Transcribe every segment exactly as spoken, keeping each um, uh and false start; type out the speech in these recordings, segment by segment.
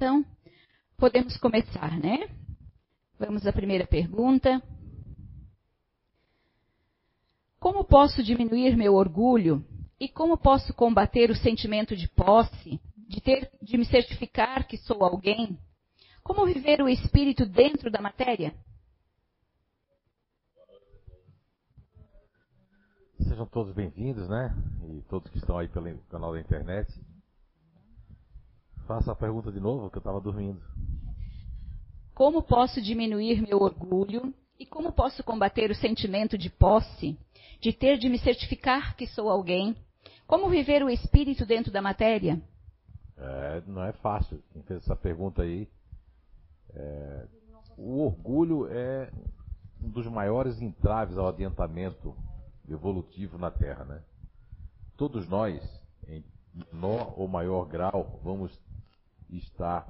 Então, podemos começar, né? Vamos à primeira pergunta. Como posso diminuir meu orgulho e como posso combater o sentimento de posse, de, ter, de me certificar que sou alguém? Como viver o espírito dentro da matéria? Sejam todos bem-vindos, né? E todos que estão aí pelo canal da internet. Faça a pergunta de novo, que eu estava dormindo. Como posso diminuir meu orgulho e como posso combater o sentimento de posse, de ter de me certificar que sou alguém? Como viver o espírito dentro da matéria? É, não é fácil. Quem fez essa pergunta aí. É, o orgulho é um dos maiores entraves ao adiantamento evolutivo na Terra, né? Todos nós, em menor ou maior grau, vamos estar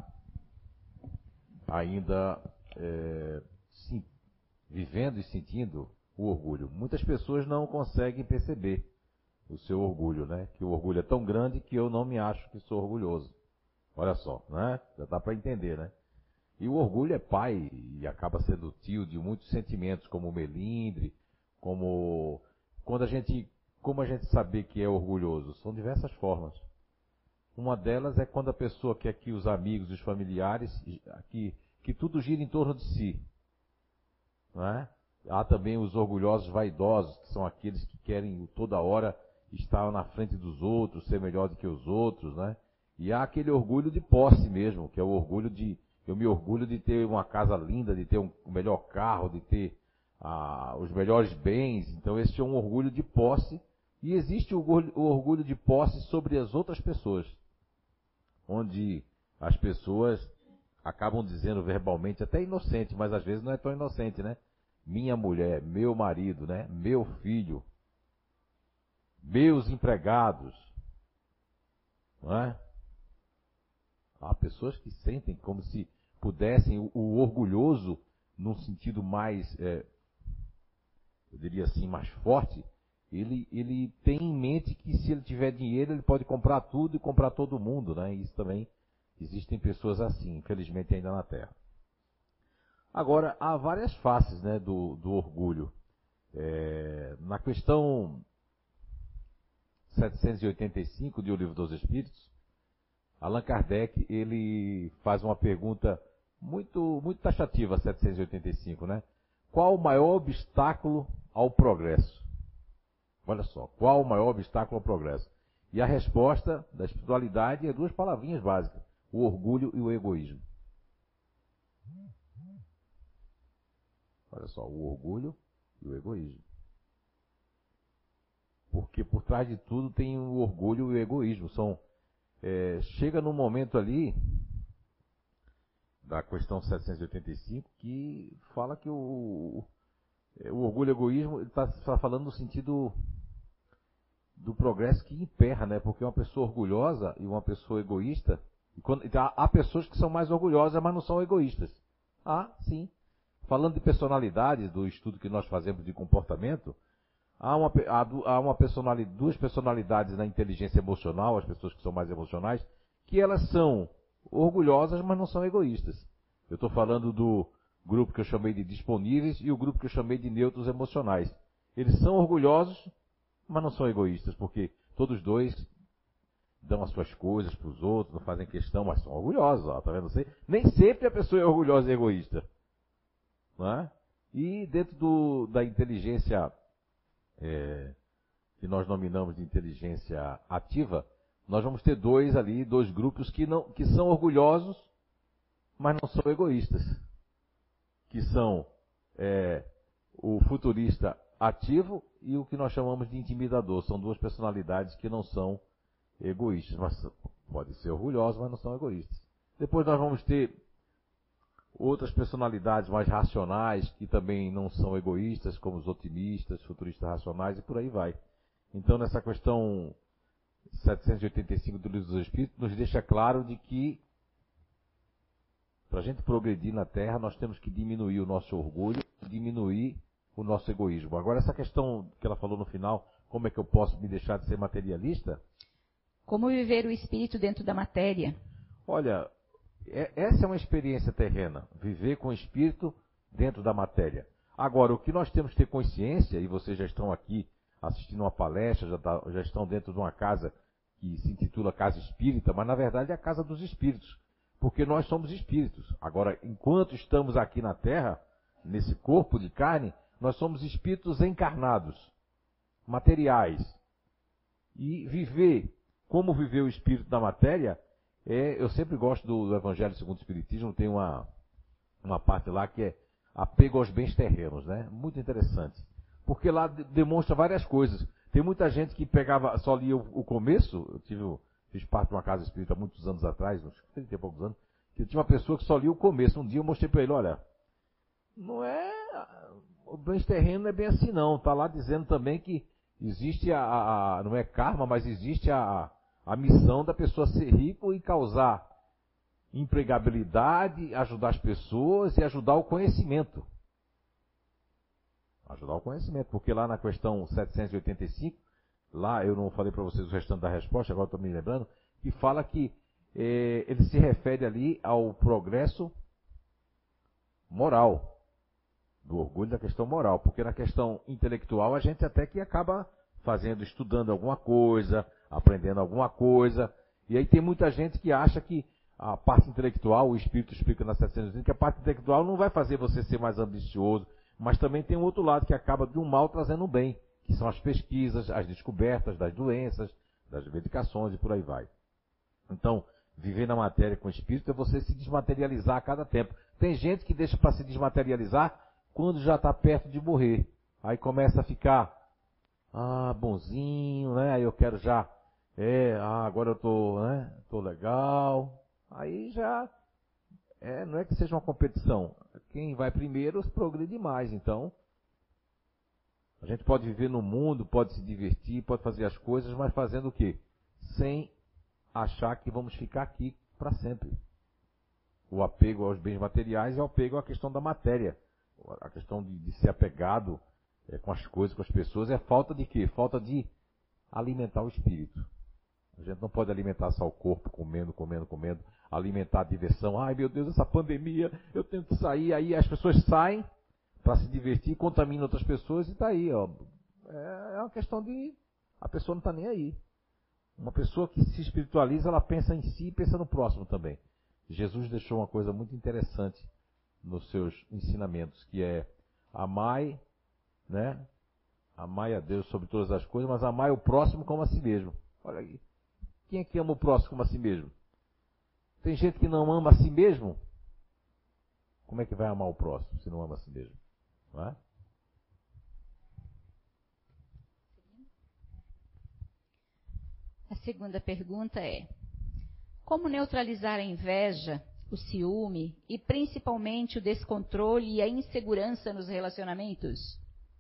ainda é, sim, vivendo e sentindo o orgulho. Muitas pessoas não conseguem perceber o seu orgulho, né? Que o orgulho é tão grande que eu não me acho que sou orgulhoso. Olha só, né? Já dá para entender, né? E o orgulho é pai e acaba sendo tio de muitos sentimentos, como o melindre, como quando a gente, como a gente saber que é orgulhoso? São diversas formas. Uma delas é quando a pessoa quer que os amigos e os familiares, que, que tudo gira em torno de si. Não é? Há também os orgulhosos vaidosos, que são aqueles que querem toda hora estar na frente dos outros, ser melhor do que os outros, né? E há aquele orgulho de posse mesmo, que é o orgulho de... Eu me orgulho de ter uma casa linda, de ter um melhor carro, de ter ah, os melhores bens. Então esse é um orgulho de posse. E existe o orgulho, o orgulho de posse sobre as outras pessoas, onde as pessoas acabam dizendo verbalmente, até inocente, mas às vezes não é tão inocente, né? Minha mulher, meu marido, né? Meu filho, meus empregados, não é? Há pessoas que sentem como se pudessem, o, o orgulhoso, num sentido mais, é, eu diria assim, mais forte, ele, ele tem em mente que se ele tiver dinheiro, ele pode comprar tudo e comprar todo mundo, né? Isso também, existem pessoas assim, infelizmente ainda na Terra. Agora, há várias faces, né, do, do orgulho. É, na questão setecentos e oitenta e cinco de O Livro dos Espíritos, Allan Kardec, ele faz uma pergunta muito, muito taxativa, setecentos e oitenta e cinco, né? Qual o maior obstáculo ao progresso? Olha só, qual o maior obstáculo ao progresso? E a resposta da espiritualidade é duas palavrinhas básicas, o orgulho e o egoísmo. Olha só, o orgulho e o egoísmo. Porque por trás de tudo tem o orgulho e o egoísmo, são... É, chega num momento ali, da questão setecentos e oitenta e cinco, que fala que o, o orgulho e o egoísmo está tá falando no sentido do progresso que emperra, né? Porque uma pessoa orgulhosa e uma pessoa egoísta, e quando, há, há pessoas que são mais orgulhosas, mas não são egoístas. Ah, sim. Falando de personalidades, do estudo que nós fazemos de comportamento, Há, uma, há uma personalidade, duas personalidades na inteligência emocional, as pessoas que são mais emocionais, que elas são orgulhosas, mas não são egoístas. Eu estou falando do grupo que eu chamei de disponíveis e o grupo que eu chamei de neutros emocionais. Eles são orgulhosos, mas não são egoístas, porque todos dois dão as suas coisas para os outros, não fazem questão, mas são orgulhosos. Ó, tá vendo? Nem sempre a pessoa é orgulhosa e egoísta. Não é? E dentro do, da inteligência... É, que nós nominamos de inteligência ativa, nós vamos ter dois ali, dois grupos que, não, que são orgulhosos, mas não são egoístas. Que são é, o futurista ativo e o que nós chamamos de intimidador. São duas personalidades que não são egoístas, mas podem ser orgulhosos, mas não são egoístas. Depois nós vamos ter outras personalidades mais racionais, que também não são egoístas, como os otimistas, futuristas racionais e por aí vai. Então, nessa questão setecentos e oitenta e cinco do Livro dos Espíritos, nos deixa claro de que, para a gente progredir na Terra, nós temos que diminuir o nosso orgulho, diminuir o nosso egoísmo. Agora, essa questão que ela falou no final, como é que eu posso me deixar de ser materialista? Como viver o espírito dentro da matéria? Olha... É, essa é uma experiência terrena, viver com o espírito dentro da matéria. Agora, o que nós temos que ter consciência, e vocês já estão aqui assistindo uma palestra, já, tá, já estão dentro de uma casa que se intitula Casa Espírita, mas na verdade é a casa dos espíritos, porque nós somos espíritos. Agora, enquanto estamos aqui na Terra, nesse corpo de carne, nós somos espíritos encarnados, materiais. E viver como viveu o espírito da matéria, é, eu sempre gosto do, do Evangelho segundo o Espiritismo, tem uma, uma parte lá que é apego aos bens terrenos, né? Muito interessante. Porque lá de, demonstra várias coisas. Tem muita gente que pegava, só lia o, o começo, eu tive, fiz parte de uma casa espírita há muitos anos atrás, uns trinta e poucos anos, que tinha uma pessoa que só lia o começo. Um dia eu mostrei para ele, olha, não é, o bens terreno não é bem assim não. Está lá dizendo também que existe a, a, não é karma, mas existe a, a missão da pessoa ser rico e causar empregabilidade, ajudar as pessoas e ajudar o conhecimento. Ajudar o conhecimento, porque lá na questão setecentos e oitenta e cinco, lá eu não falei para vocês o restante da resposta, agora estou me lembrando, que fala que eh, ele se refere ali ao progresso moral, do orgulho da questão moral, porque na questão intelectual a gente até que acaba fazendo, estudando alguma coisa, aprendendo alguma coisa, e aí tem muita gente que acha que a parte intelectual, o Espírito explica na setecentos e oitenta, que a parte intelectual não vai fazer você ser mais ambicioso, mas também tem um outro lado que acaba de um mal trazendo um bem, que são as pesquisas, as descobertas das doenças, das medicações e por aí vai. Então, viver na matéria com o Espírito é você se desmaterializar a cada tempo. Tem gente que deixa para se desmaterializar quando já está perto de morrer. Aí começa a ficar, ah, bonzinho, né? Aí eu quero já, é, ah, agora eu tô, né? Tô legal. Aí já, é, não é que seja uma competição. Quem vai primeiro progride mais. Então, a gente pode viver no mundo, pode se divertir, pode fazer as coisas, mas fazendo o quê? Sem achar que vamos ficar aqui para sempre. O apego aos bens materiais e o apego à questão da matéria. A questão de, de ser apegado é, com as coisas, com as pessoas, é falta de quê? Falta de alimentar o espírito. A gente não pode alimentar só o corpo, comendo, comendo, comendo, alimentar a diversão. Ai meu Deus, essa pandemia, eu tenho que sair. Aí as pessoas saem para se divertir, contaminam outras pessoas e está aí. Ó. É uma questão de... A pessoa não está nem aí. Uma pessoa que se espiritualiza, ela pensa em si e pensa no próximo também. Jesus deixou uma coisa muito interessante nos seus ensinamentos, que é amai, né? Amai a Deus sobre todas as coisas, mas amai o próximo como a si mesmo. Olha aí. Quem é que ama o próximo como a si mesmo? Tem gente que não ama a si mesmo? Como é que vai amar o próximo se não ama a si mesmo? Não é? A segunda pergunta é: como neutralizar a inveja, o ciúme e principalmente o descontrole e a insegurança nos relacionamentos?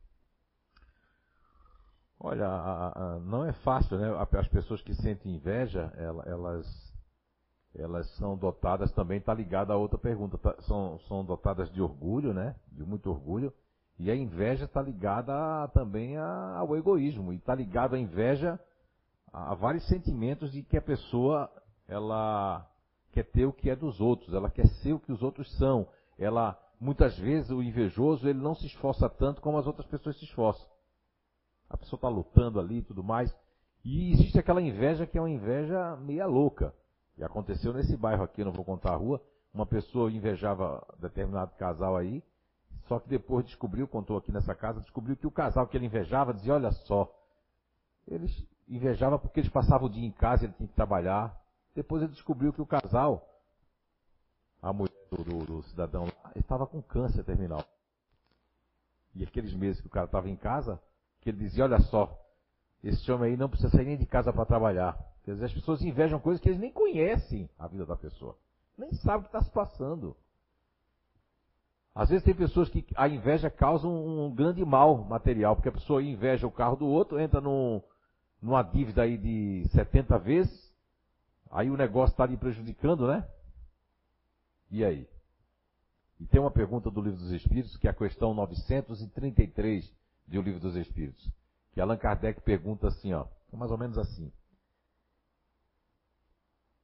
Olha, a, a, não é fácil, né? As pessoas que sentem inveja, elas, elas são dotadas também, está ligada a outra pergunta, tá, são, são dotadas de orgulho, né? De muito orgulho, e a inveja está ligada a, também a, ao egoísmo, e está ligada a inveja a, a vários sentimentos de que a pessoa, ela quer ter o que é dos outros, ela quer ser o que os outros são. Ela, muitas vezes, o invejoso, ele não se esforça tanto como as outras pessoas se esforçam. A pessoa está lutando ali e tudo mais. E existe aquela inveja que é uma inveja meia louca. E aconteceu nesse bairro aqui, eu não vou contar a rua, uma pessoa invejava determinado casal aí, só que depois descobriu, contou aqui nessa casa, descobriu que o casal que ele invejava dizia, olha só, eles invejavam porque eles passavam o dia em casa, ele tinha que trabalhar. Depois ele descobriu que o casal, a mulher do, do, do cidadão lá, estava com câncer terminal. E aqueles meses que o cara estava em casa, que ele dizia, olha só, esse homem aí não precisa sair nem de casa para trabalhar. Quer dizer, as pessoas invejam coisas que eles nem conhecem a vida da pessoa. Nem sabem o que está se passando. Às vezes tem pessoas que a inveja causa um, um grande mal material, porque a pessoa inveja o carro do outro, entra num, numa dívida aí de setenta vezes, aí o negócio está lhe prejudicando, né? E aí? E tem uma pergunta do Livro dos Espíritos, que é a questão novecentos e trinta e três do Livro dos Espíritos, que Allan Kardec pergunta assim, ó, mais ou menos assim.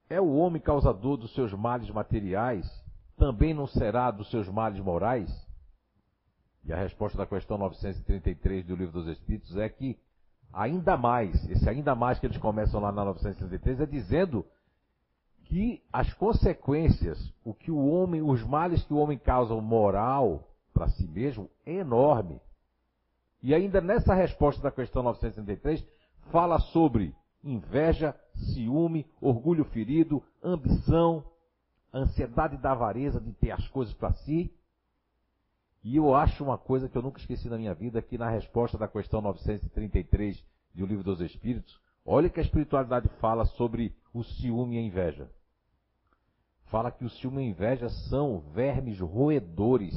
é o homem causador dos seus males materiais? Também não será dos seus males morais? E a resposta da questão novecentos e trinta e três do Livro dos Espíritos é que ainda mais, esse ainda mais que eles começam lá na novecentos e trinta e três, é dizendo que as consequências, o que o homem, os males que o homem causa moral para si mesmo, é enorme. E ainda nessa resposta da questão novecentos e trinta e três, fala sobre inveja, ciúme, orgulho ferido, ambição, ansiedade da avareza de ter as coisas para si. E eu acho uma coisa que eu nunca esqueci na minha vida, que na resposta da questão novecentos e trinta e três do Livro dos Espíritos, olha que a espiritualidade fala sobre o ciúme e a inveja. Fala que o ciúme e a inveja são vermes roedores.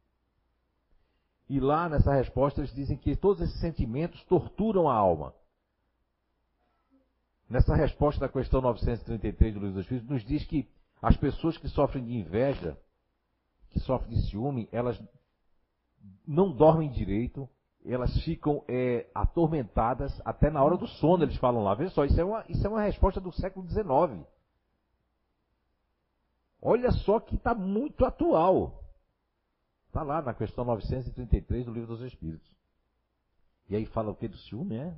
E lá nessa resposta eles dizem que todos esses sentimentos torturam a alma. Nessa resposta da questão novecentos e trinta e três do Livro dos Espíritos, nos diz que as pessoas que sofrem de inveja, que sofrem de ciúme, elas não dormem direito, elas ficam é, atormentadas até na hora do sono, eles falam lá. Veja só, isso é uma, isso é uma resposta do século dezenove. Olha só que está muito atual. Está lá na questão novecentos e trinta e três do Livro dos Espíritos. E aí fala o que do ciúme, é?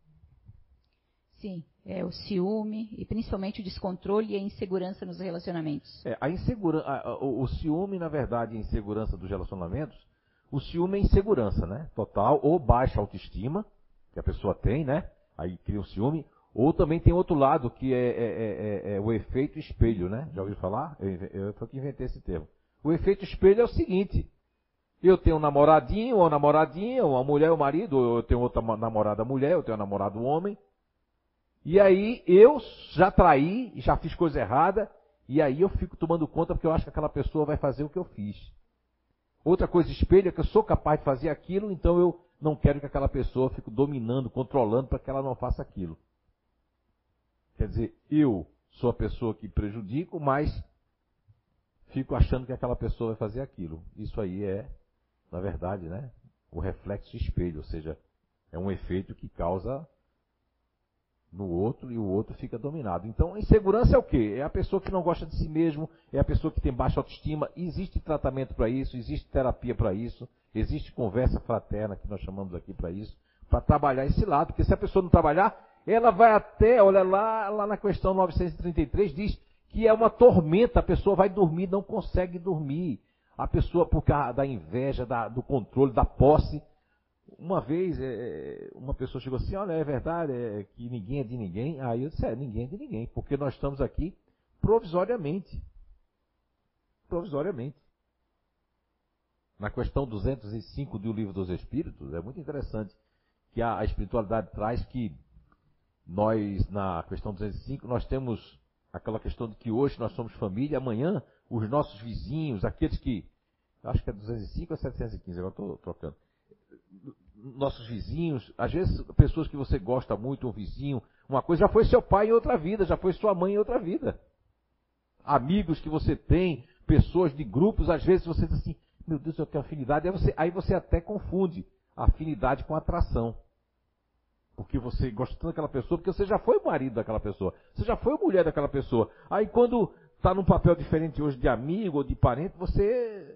Sim, é o ciúme e principalmente o descontrole e a insegurança nos relacionamentos. É, a insegura, a, o, o ciúme, na verdade, a insegurança dos relacionamentos, o ciúme é insegurança, né? Total, ou baixa autoestima, que a pessoa tem, né? Aí cria o ciúme. Ou também tem outro lado, que é, é, é, é o efeito espelho, né? Já ouviu falar? Eu, eu foi que inventei esse termo. O efeito espelho é o seguinte: eu tenho um namoradinho ou namoradinha, ou uma mulher ou marido, ou eu tenho outra namorada mulher, eu tenho um namorado homem. E aí eu já traí, já fiz coisa errada, e aí eu fico tomando conta porque eu acho que aquela pessoa vai fazer o que eu fiz. Outra coisa espelho é que eu sou capaz de fazer aquilo, então eu não quero que aquela pessoa fique dominando, controlando para que ela não faça aquilo. Quer dizer, eu sou a pessoa que prejudico, mas fico achando que aquela pessoa vai fazer aquilo. Isso aí é, na verdade, né, o reflexo espelho, ou seja, é um efeito que causa no outro e o outro fica dominado. Então, insegurança é o quê? É a pessoa que não gosta de si mesmo, é a pessoa que tem baixa autoestima. Existe tratamento para isso, existe terapia para isso, existe conversa fraterna, que nós chamamos aqui para isso, para trabalhar esse lado. Porque se a pessoa não trabalhar, ela vai até, olha lá, lá na questão novecentos e trinta e três, diz que é uma tormenta, a pessoa vai dormir, não consegue dormir. A pessoa, por causa da inveja, da, do controle, da posse. Uma vez, é, uma pessoa chegou assim: olha, é verdade é, que ninguém é de ninguém. Aí eu disse: é, ninguém é de ninguém, porque nós estamos aqui provisoriamente. Provisoriamente. Na questão duzentos e cinco do Livro dos Espíritos, é muito interessante que a, a espiritualidade traz que nós, na questão duzentos e cinco, nós temos aquela questão de que hoje nós somos família, amanhã os nossos vizinhos, aqueles que, acho que é duzentos e cinco ou setecentos e quinze, agora estou trocando. Nossos vizinhos, às vezes pessoas que você gosta muito, um vizinho, uma coisa já foi seu pai em outra vida, já foi sua mãe em outra vida. Amigos que você tem, pessoas de grupos, às vezes você diz assim: meu Deus, eu tenho afinidade. Aí você, aí você até confunde afinidade com atração. Porque você gosta tanto daquela pessoa, porque você já foi o marido daquela pessoa, você já foi a mulher daquela pessoa. Aí quando está num papel diferente hoje de amigo ou de parente, você...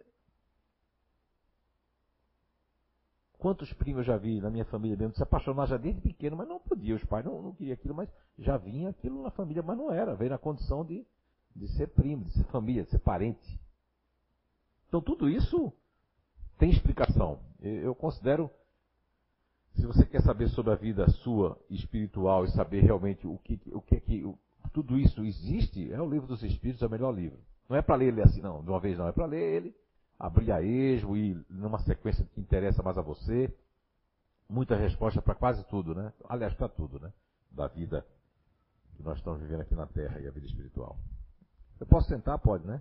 Quantos primos eu já vi na minha família mesmo se apaixonar já desde pequeno, mas não podia, os pais não, não queriam aquilo, mas já vinha aquilo na família, mas não era, veio na condição de, de ser primo, de ser família, de ser parente. Então tudo isso tem explicação. Eu, eu considero, se você quer saber sobre a vida sua espiritual e saber realmente o que, o que, que o, tudo isso existe, é o Livro dos Espíritos, é o melhor livro. Não é para ler ele assim, não, de uma vez não, é para ler ele, abrir a esmo e numa sequência que interessa mais a você. Muita resposta para quase tudo, né? Aliás, para tudo, né? Da vida que nós estamos vivendo aqui na Terra e a vida espiritual. Eu posso sentar? Pode, né?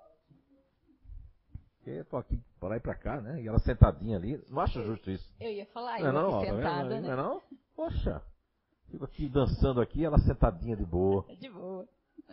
Porque eu estou aqui para lá e para cá, né? E ela sentadinha ali. Não acho justo isso. Eu ia falar, não eu é não, aqui ó, sentada, tá né? Não é não? Poxa, fico aqui dançando aqui, ela sentadinha de boa. De boa.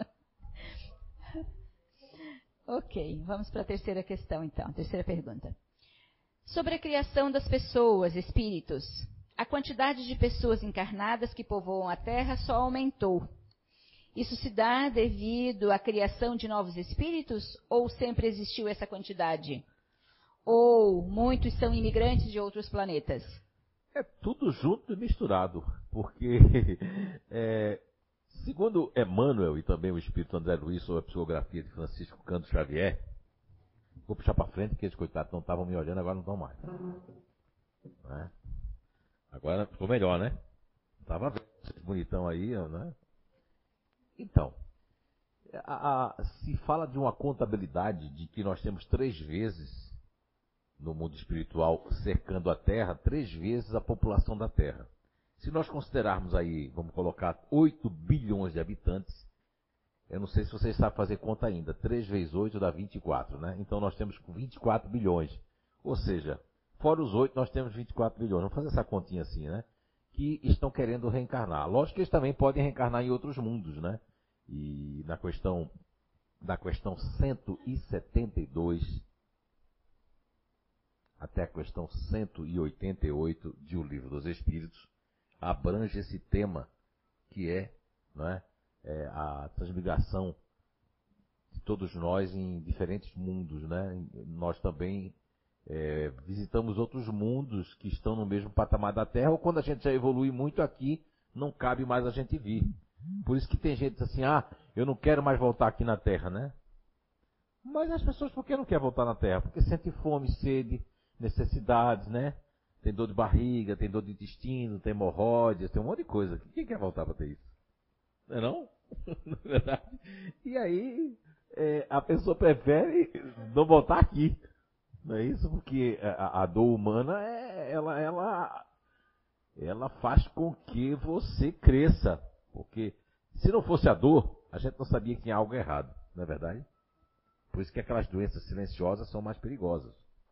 Ok, vamos para a terceira questão então, terceira pergunta. Sobre a criação das pessoas, espíritos, a quantidade de pessoas encarnadas que povoam a Terra só aumentou. Isso se dá devido à criação de novos espíritos ou sempre existiu essa quantidade? Ou muitos são imigrantes de outros planetas? É tudo junto e misturado, porque, é, segundo Emmanuel e também o Espírito André Luiz sobre a psicografia de Francisco Cândido Xavier, vou puxar para frente, porque eles, coitados, não estavam me olhando, agora não estão mais. Né? Agora ficou melhor, né? Estava vendo vocês bonitão aí, né? Então, a, a, se fala de uma contabilidade de que nós temos três vezes no mundo espiritual, cercando a Terra, três vezes a população da Terra. Se nós considerarmos aí, vamos colocar oito bilhões de habitantes, eu não sei se vocês sabem fazer conta ainda, três vezes oito dá vinte e quatro, né? Então nós temos vinte e quatro bilhões. Ou seja, fora os oito nós temos vinte e quatro bilhões. Vamos fazer essa continha assim, né? Que estão querendo reencarnar. Lógico que eles também podem reencarnar em outros mundos, né? E na questão, na questão cento e setenta e dois... até a questão cento e oitenta e oito de O Livro dos Espíritos, abrange esse tema que é, não é, é a transmigração de todos nós em diferentes mundos. Né? Nós também é, visitamos outros mundos que estão no mesmo patamar da Terra, ou quando a gente já evolui muito aqui, não cabe mais a gente vir. Por isso que tem gente assim, ah, eu não quero mais voltar aqui na Terra, né? Mas as pessoas por que não querem voltar na Terra? Porque sentem fome, sede, necessidades, né? Tem dor de barriga, tem dor de intestino, tem hemorroides, tem um monte de coisa. Quem quer voltar para ter isso? Não é não? Não é verdade? E aí, é, a pessoa prefere não voltar aqui. Não é isso? Porque a, a dor humana, é, ela, ela, ela faz com que você cresça. Porque se não fosse a dor, a gente não sabia que tinha algo errado. Não é verdade? Por isso que aquelas doenças silenciosas são mais perigosas.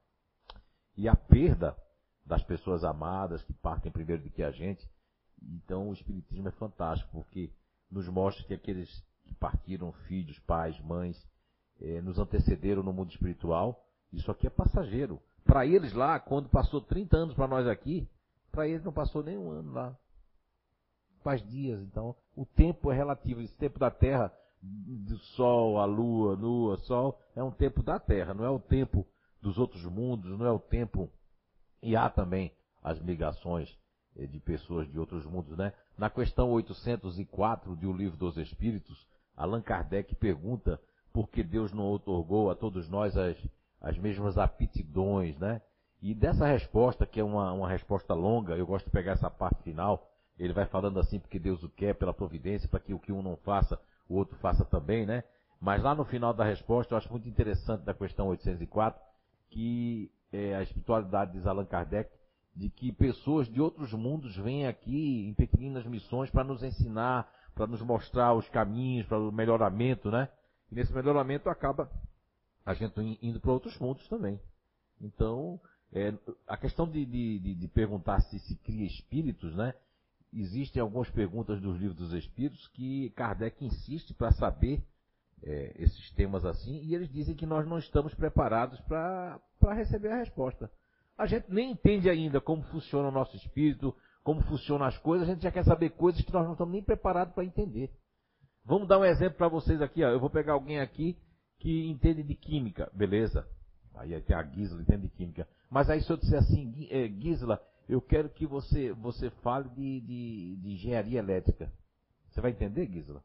E a perda das pessoas amadas que partem primeiro do que a gente. Então o Espiritismo é fantástico, porque nos mostra que aqueles que partiram, filhos, pais, mães, eh, nos antecederam no mundo espiritual. Isso aqui é passageiro. Para eles lá, quando passou trinta anos para nós aqui, para eles não passou nem um ano lá. Faz dias, então o tempo é relativo. Esse tempo da Terra, do Sol, a Lua, Lua, Sol, é um tempo da Terra, não é o tempo dos outros mundos, não é o tempo. E há também as migrações de pessoas de outros mundos, né? Na questão oitocentos e quatro de O Livro dos Espíritos, Allan Kardec pergunta por que Deus não outorgou a todos nós as, as mesmas aptidões, né? E dessa resposta, que é uma, uma resposta longa, eu gosto de pegar essa parte final, ele vai falando assim, porque Deus o quer, pela providência, para que o que um não faça, o outro faça também, né? Mas lá no final da resposta, eu acho muito interessante da questão oitocentos e quatro, que é, a espiritualidade diz Allan Kardec, de que pessoas de outros mundos vêm aqui em pequeninas missões para nos ensinar, para nos mostrar os caminhos, para o melhoramento, né? E nesse melhoramento acaba a gente indo para outros mundos também. Então, é, a questão de, de, de perguntar se se cria espíritos, né? Existem algumas perguntas dos livros dos espíritos que Kardec insiste para saber é, esses temas assim, e eles dizem que nós não estamos preparados para receber a resposta. A gente nem entende ainda como funciona o nosso espírito, como funcionam as coisas, a gente já quer saber coisas que nós não estamos nem preparados para entender. Vamos dar um exemplo para vocês aqui, ó. Eu vou pegar alguém aqui que entende de química, beleza? Aí tem a Gisela, entende de química. Mas aí se eu disser assim, Gisela, eu quero que você, você fale de, de, de engenharia elétrica. Você vai entender, Gisela?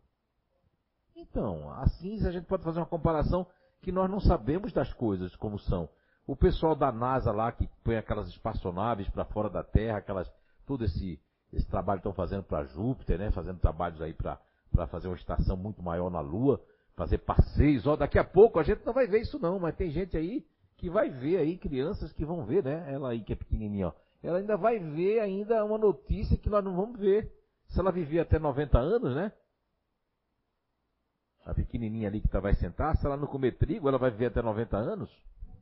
Então, assim a gente pode fazer uma comparação que nós não sabemos das coisas como são. O pessoal da NASA lá, que põe aquelas espaçonaves para fora da Terra, aquelas, todo esse, esse trabalho que estão fazendo para Júpiter, né? Fazendo trabalhos aí para fazer uma estação muito maior na Lua, fazer passeios. Ó, daqui a pouco a gente não vai ver isso não, mas tem gente aí que vai ver aí, crianças que vão ver, né? Ela aí que é pequenininha, ó. Ela ainda vai ver ainda uma notícia que nós não vamos ver. Se ela viver até noventa anos, né? A pequenininha ali que tá, vai sentar, se ela não comer trigo, ela vai viver até noventa anos.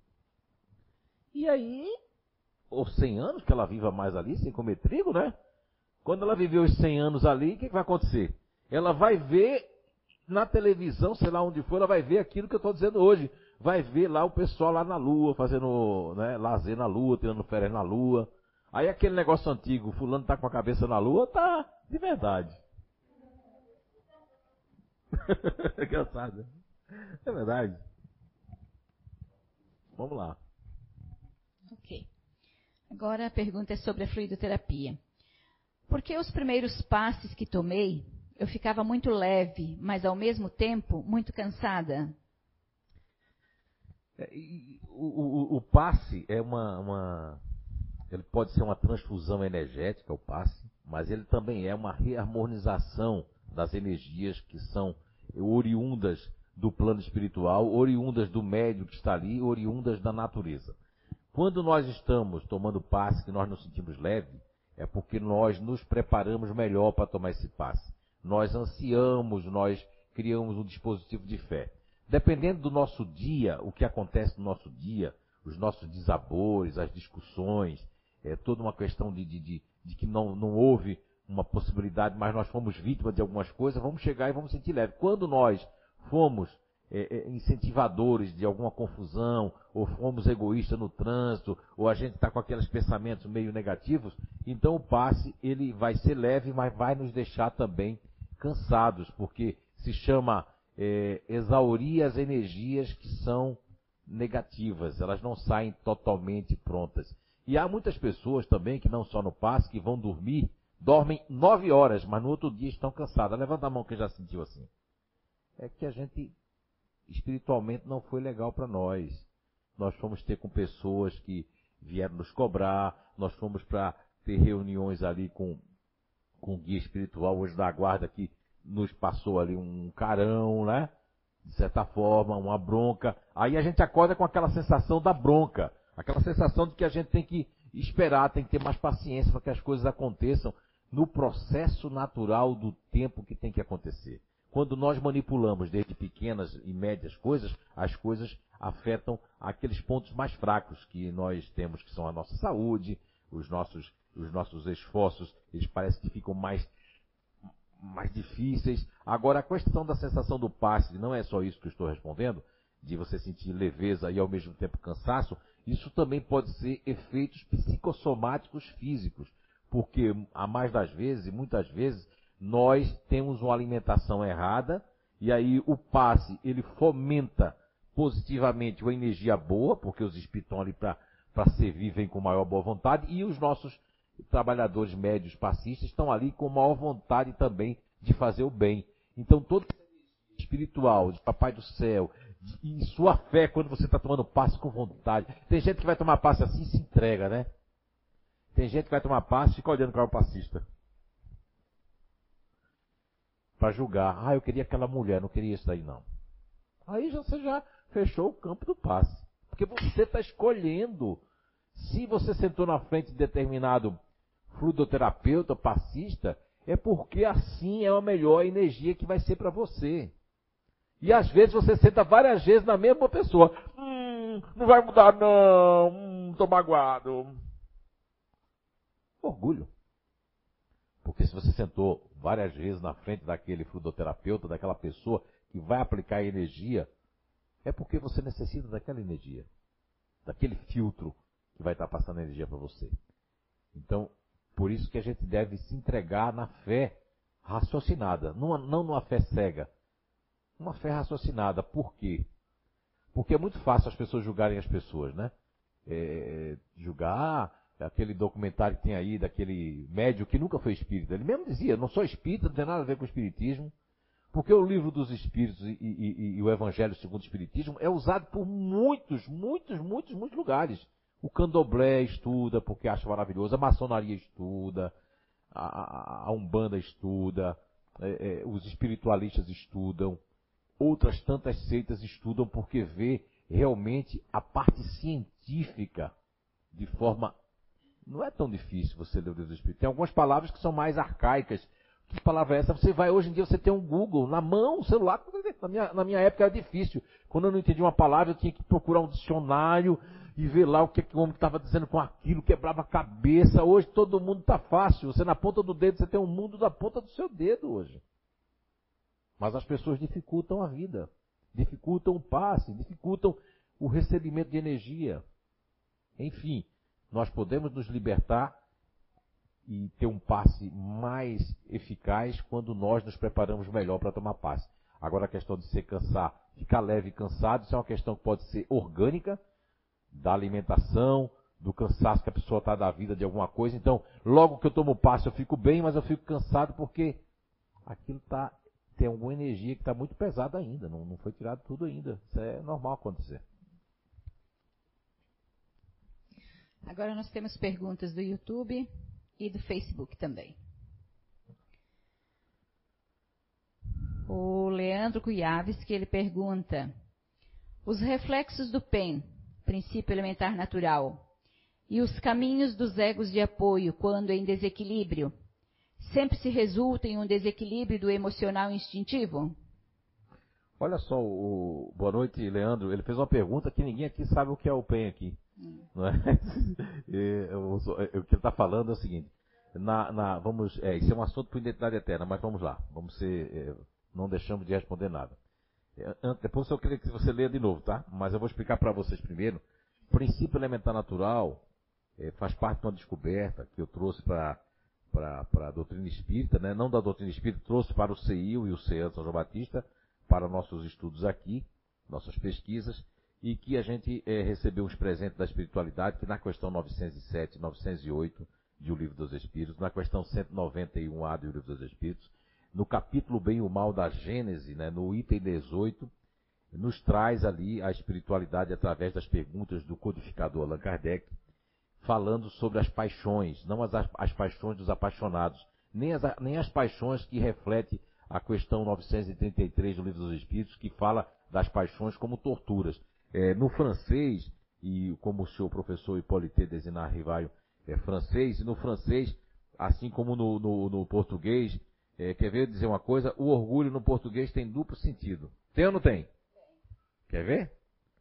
E aí, ou cem anos, que ela viva mais ali, sem comer trigo, né? Quando ela viver os cem anos ali, o que, que vai acontecer? Ela vai ver na televisão, sei lá onde for, ela vai ver aquilo que eu estou dizendo hoje. Vai ver lá o pessoal lá na Lua, fazendo, né, lazer na Lua, tirando férias na Lua. Aí aquele negócio antigo, fulano tá com a cabeça na Lua, tá de verdade. É engraçado. É verdade. Vamos lá. Ok. Agora a pergunta é sobre a fluidoterapia. Por que os primeiros passes que tomei, eu ficava muito leve, mas ao mesmo tempo muito cansada? É, e, o, o, o passe é uma, uma... Ele pode ser uma transfusão energética, o passe, mas ele também é uma reharmonização das energias que são oriundas do plano espiritual, oriundas do médium que está ali, oriundas da natureza. Quando nós estamos tomando passe, que nós nos sentimos leve, é porque nós nos preparamos melhor para tomar esse passe. Nós ansiamos, nós criamos um dispositivo de fé. Dependendo do nosso dia, o que acontece no nosso dia, os nossos desabores, as discussões, é toda uma questão de, de, de, de que não, não houve uma possibilidade, mas nós fomos vítimas de algumas coisas, vamos chegar e vamos sentir leve. Quando nós fomos é, é, incentivadores de alguma confusão, ou fomos egoístas no trânsito, ou a gente está com aqueles pensamentos meio negativos, então o passe ele vai ser leve, mas vai nos deixar também cansados, porque se chama é, exaurir as energias que são negativas, elas não saem totalmente prontas. E há muitas pessoas também que não só no passe, que vão dormir, dormem nove horas, mas no outro dia estão cansadas. Levanta a mão quem já sentiu assim. É que a gente espiritualmente não foi legal para nós. Nós fomos ter com pessoas que vieram nos cobrar, nós fomos para ter reuniões ali com, com o guia espiritual, hoje da guarda, que nos passou ali um carão, né? De certa forma, uma bronca. Aí a gente acorda com aquela sensação da bronca, aquela sensação de que a gente tem que esperar, tem que ter mais paciência para que as coisas aconteçam no processo natural do tempo que tem que acontecer. Quando nós manipulamos desde pequenas e médias coisas, as coisas afetam aqueles pontos mais fracos que nós temos, que são a nossa saúde, os nossos, os nossos esforços, eles parecem que ficam mais, mais difíceis. Agora, a questão da sensação do passe, não é só isso que eu estou respondendo, de você sentir leveza e ao mesmo tempo cansaço, isso também pode ser efeitos psicossomáticos físicos, porque a mais das vezes, e muitas vezes, nós temos uma alimentação errada, e aí o passe, ele fomenta positivamente uma energia boa, porque os espíritos estão ali para servir, vêm com maior boa vontade, e os nossos trabalhadores médios passistas estão ali com maior vontade também de fazer o bem. Então, todo espiritual, de Papai do Céu, de, e sua fé quando você está tomando passe com vontade. Tem gente que vai tomar passe assim e se entrega, né? Tem gente que vai tomar passe e fica olhando para o passista. Para julgar. Ah, eu queria aquela mulher, não queria isso daí não. Aí já, você já fechou o campo do passe. Porque você está escolhendo. Se você sentou na frente de determinado fluidoterapeuta, passista, é porque assim é a melhor energia que vai ser para você. E às vezes você senta várias vezes na mesma pessoa. Hum, não vai mudar não, hum, tô magoado. Orgulho. Porque se você sentou várias vezes na frente daquele fluidoterapeuta, daquela pessoa que vai aplicar energia, é porque você necessita daquela energia, daquele filtro que vai estar passando energia para você. Então, por isso que a gente deve se entregar na fé raciocinada, não, não numa fé cega, uma fé raciocinada. Por quê? Porque é muito fácil as pessoas julgarem as pessoas, né? É, julgar... Aquele documentário que tem aí, daquele médium que nunca foi espírita. Ele mesmo dizia, não sou espírita, não tem nada a ver com o espiritismo. Porque o livro dos espíritos e, e, e, e o Evangelho segundo o Espiritismo é usado por muitos, muitos, muitos, muitos lugares. O candomblé estuda porque acha maravilhoso, a maçonaria estuda, a, a, a Umbanda estuda, é, é, os espiritualistas estudam, outras tantas seitas estudam porque vê realmente a parte científica de forma... Não é tão difícil você ler o livro do Espírito. Tem algumas palavras que são mais arcaicas. Que palavra é essa? Você vai, hoje em dia, você tem um Google na mão, o celular. Na minha, na minha época era difícil. Quando eu não entendia uma palavra, eu tinha que procurar um dicionário e ver lá o que, que o homem estava dizendo com aquilo, quebrava a cabeça. Hoje todo mundo está fácil. Você na ponta do dedo, você tem um mundo da ponta do seu dedo hoje. Mas as pessoas dificultam a vida. Dificultam o passe, dificultam o recebimento de energia. Enfim... Nós podemos nos libertar e ter um passe mais eficaz quando nós nos preparamos melhor para tomar passe. Agora a questão de se cansar, ficar leve e cansado, isso é uma questão que pode ser orgânica, da alimentação, do cansaço que a pessoa está da vida de alguma coisa. Então, logo que eu tomo passe eu fico bem, mas eu fico cansado porque aquilo tá, tem alguma energia que está muito pesada ainda, não, não foi tirado tudo ainda. Isso é normal acontecer. Agora nós temos perguntas do YouTube e do Facebook também. O Leandro Cuiaves, que ele pergunta: os reflexos do P E N, princípio elementar natural, e os caminhos dos egos de apoio, quando em desequilíbrio, sempre se resultam em um desequilíbrio do emocional instintivo? Olha só, o... boa noite, Leandro. Ele fez uma pergunta que ninguém aqui sabe o que é o P E N aqui. Hum. Não é? E, o, o que ele está falando é o seguinte: na, na, vamos, é, isso é um assunto para identidade eterna, mas vamos lá, vamos ser, é, não deixamos de responder nada. É, depois eu queria que você leia de novo, tá? Mas eu vou explicar para vocês primeiro. O princípio elementar natural é, faz parte de uma descoberta que eu trouxe para a doutrina espírita, né? Não da doutrina espírita, trouxe para o C I U e o C E A São João Batista, para nossos estudos aqui, nossas pesquisas, e que a gente é, recebeu uns presentes da espiritualidade, que na questão novecentos e sete e novecentos e oito de O Livro dos Espíritos, na questão cento e noventa e um A do Livro dos Espíritos, no capítulo Bem e o Mal da Gênese, né, no item dezoito, nos traz ali a espiritualidade através das perguntas do codificador Allan Kardec, falando sobre as paixões, não as, as paixões dos apaixonados, nem as, nem as paixões que refletem a questão novecentos e trinta e três do Livro dos Espíritos, que fala das paixões como torturas. É, no francês, e como o senhor professor Hippolyte Desinar Rivaio é francês, e no francês, assim como no, no, no português, é, quer ver dizer uma coisa? O orgulho no português tem duplo sentido. Tem ou não tem? Quer ver?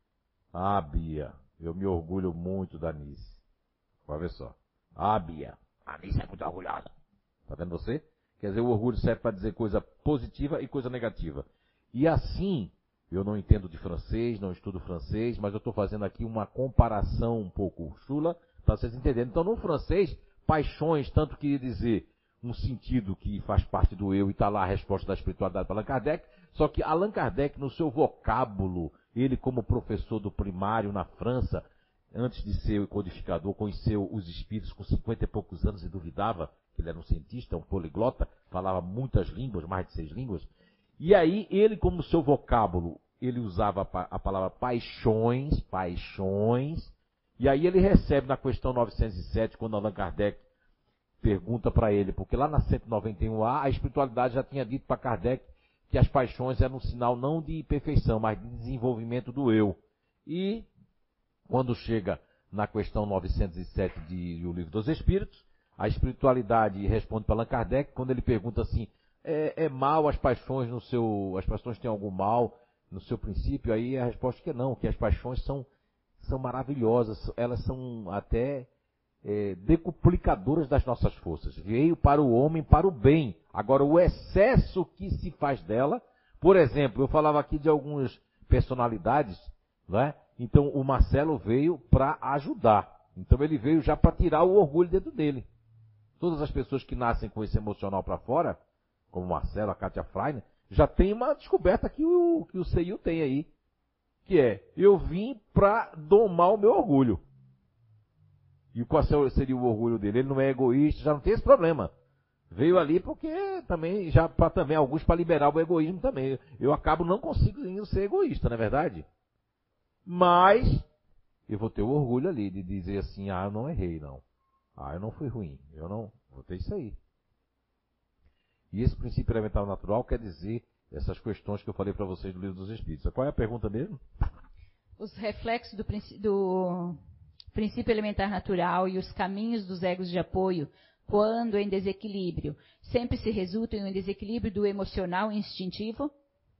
Ah, Bia, eu me orgulho muito da Nice. Vai ver só. Ah, Bia, a Nice é muito orgulhosa. Tá vendo você? Quer dizer, o orgulho serve para dizer coisa positiva e coisa negativa. E assim, eu não entendo de francês, não estudo francês, mas eu estou fazendo aqui uma comparação um pouco chula, para vocês entenderem. Então, no francês, paixões, tanto queria dizer um sentido que faz parte do eu, e está lá a resposta da espiritualidade para Allan Kardec, só que Allan Kardec, no seu vocábulo, ele como professor do primário na França, antes de ser o codificador, conheceu os espíritos com cinquenta e poucos anos e duvidava que ele era um cientista, um poliglota, falava muitas línguas, mais de seis línguas. E aí, ele, como seu vocábulo, ele usava a palavra paixões, paixões, e aí ele recebe na questão novecentos e sete, quando Allan Kardec pergunta para ele, porque lá na cento e noventa e um A, a espiritualidade já tinha dito para Kardec que as paixões eram um sinal não de perfeição, mas de desenvolvimento do eu. E, quando chega na questão novecentos e sete de O Livro dos Espíritos, a espiritualidade responde para Allan Kardec, quando ele pergunta assim, é, é mal as paixões no seu, as paixões têm algum mal no seu princípio? Aí a resposta é que não, que as paixões são, são maravilhosas, elas são até é, decuplicadoras das nossas forças. Veio para o homem, para o bem. Agora, o excesso que se faz dela, por exemplo, eu falava aqui de algumas personalidades, não é? Então o Marcelo veio para ajudar. Então ele veio já para tirar o orgulho dentro dele. Todas as pessoas que nascem com esse emocional para fora, como o Marcelo, a Kátia Freiner, já tem uma descoberta que o, que o C I U tem aí. Que é, eu vim para domar o meu orgulho. E qual seria o orgulho dele? Ele não é egoísta, já não tem esse problema. Veio ali porque também, já para também, alguns para liberar o egoísmo também. Eu acabo não conseguindo ser egoísta, não é verdade? Mas eu vou ter o orgulho ali de dizer assim, ah, eu não errei, não. Ah, eu não fui ruim. Eu não vou ter isso aí. E esse princípio elementar natural quer dizer essas questões que eu falei para vocês do Livro dos Espíritos. Qual é a pergunta mesmo? Os reflexos do, do princípio elementar natural e os caminhos dos egos de apoio, quando em desequilíbrio, sempre se resultam em um desequilíbrio do emocional e instintivo?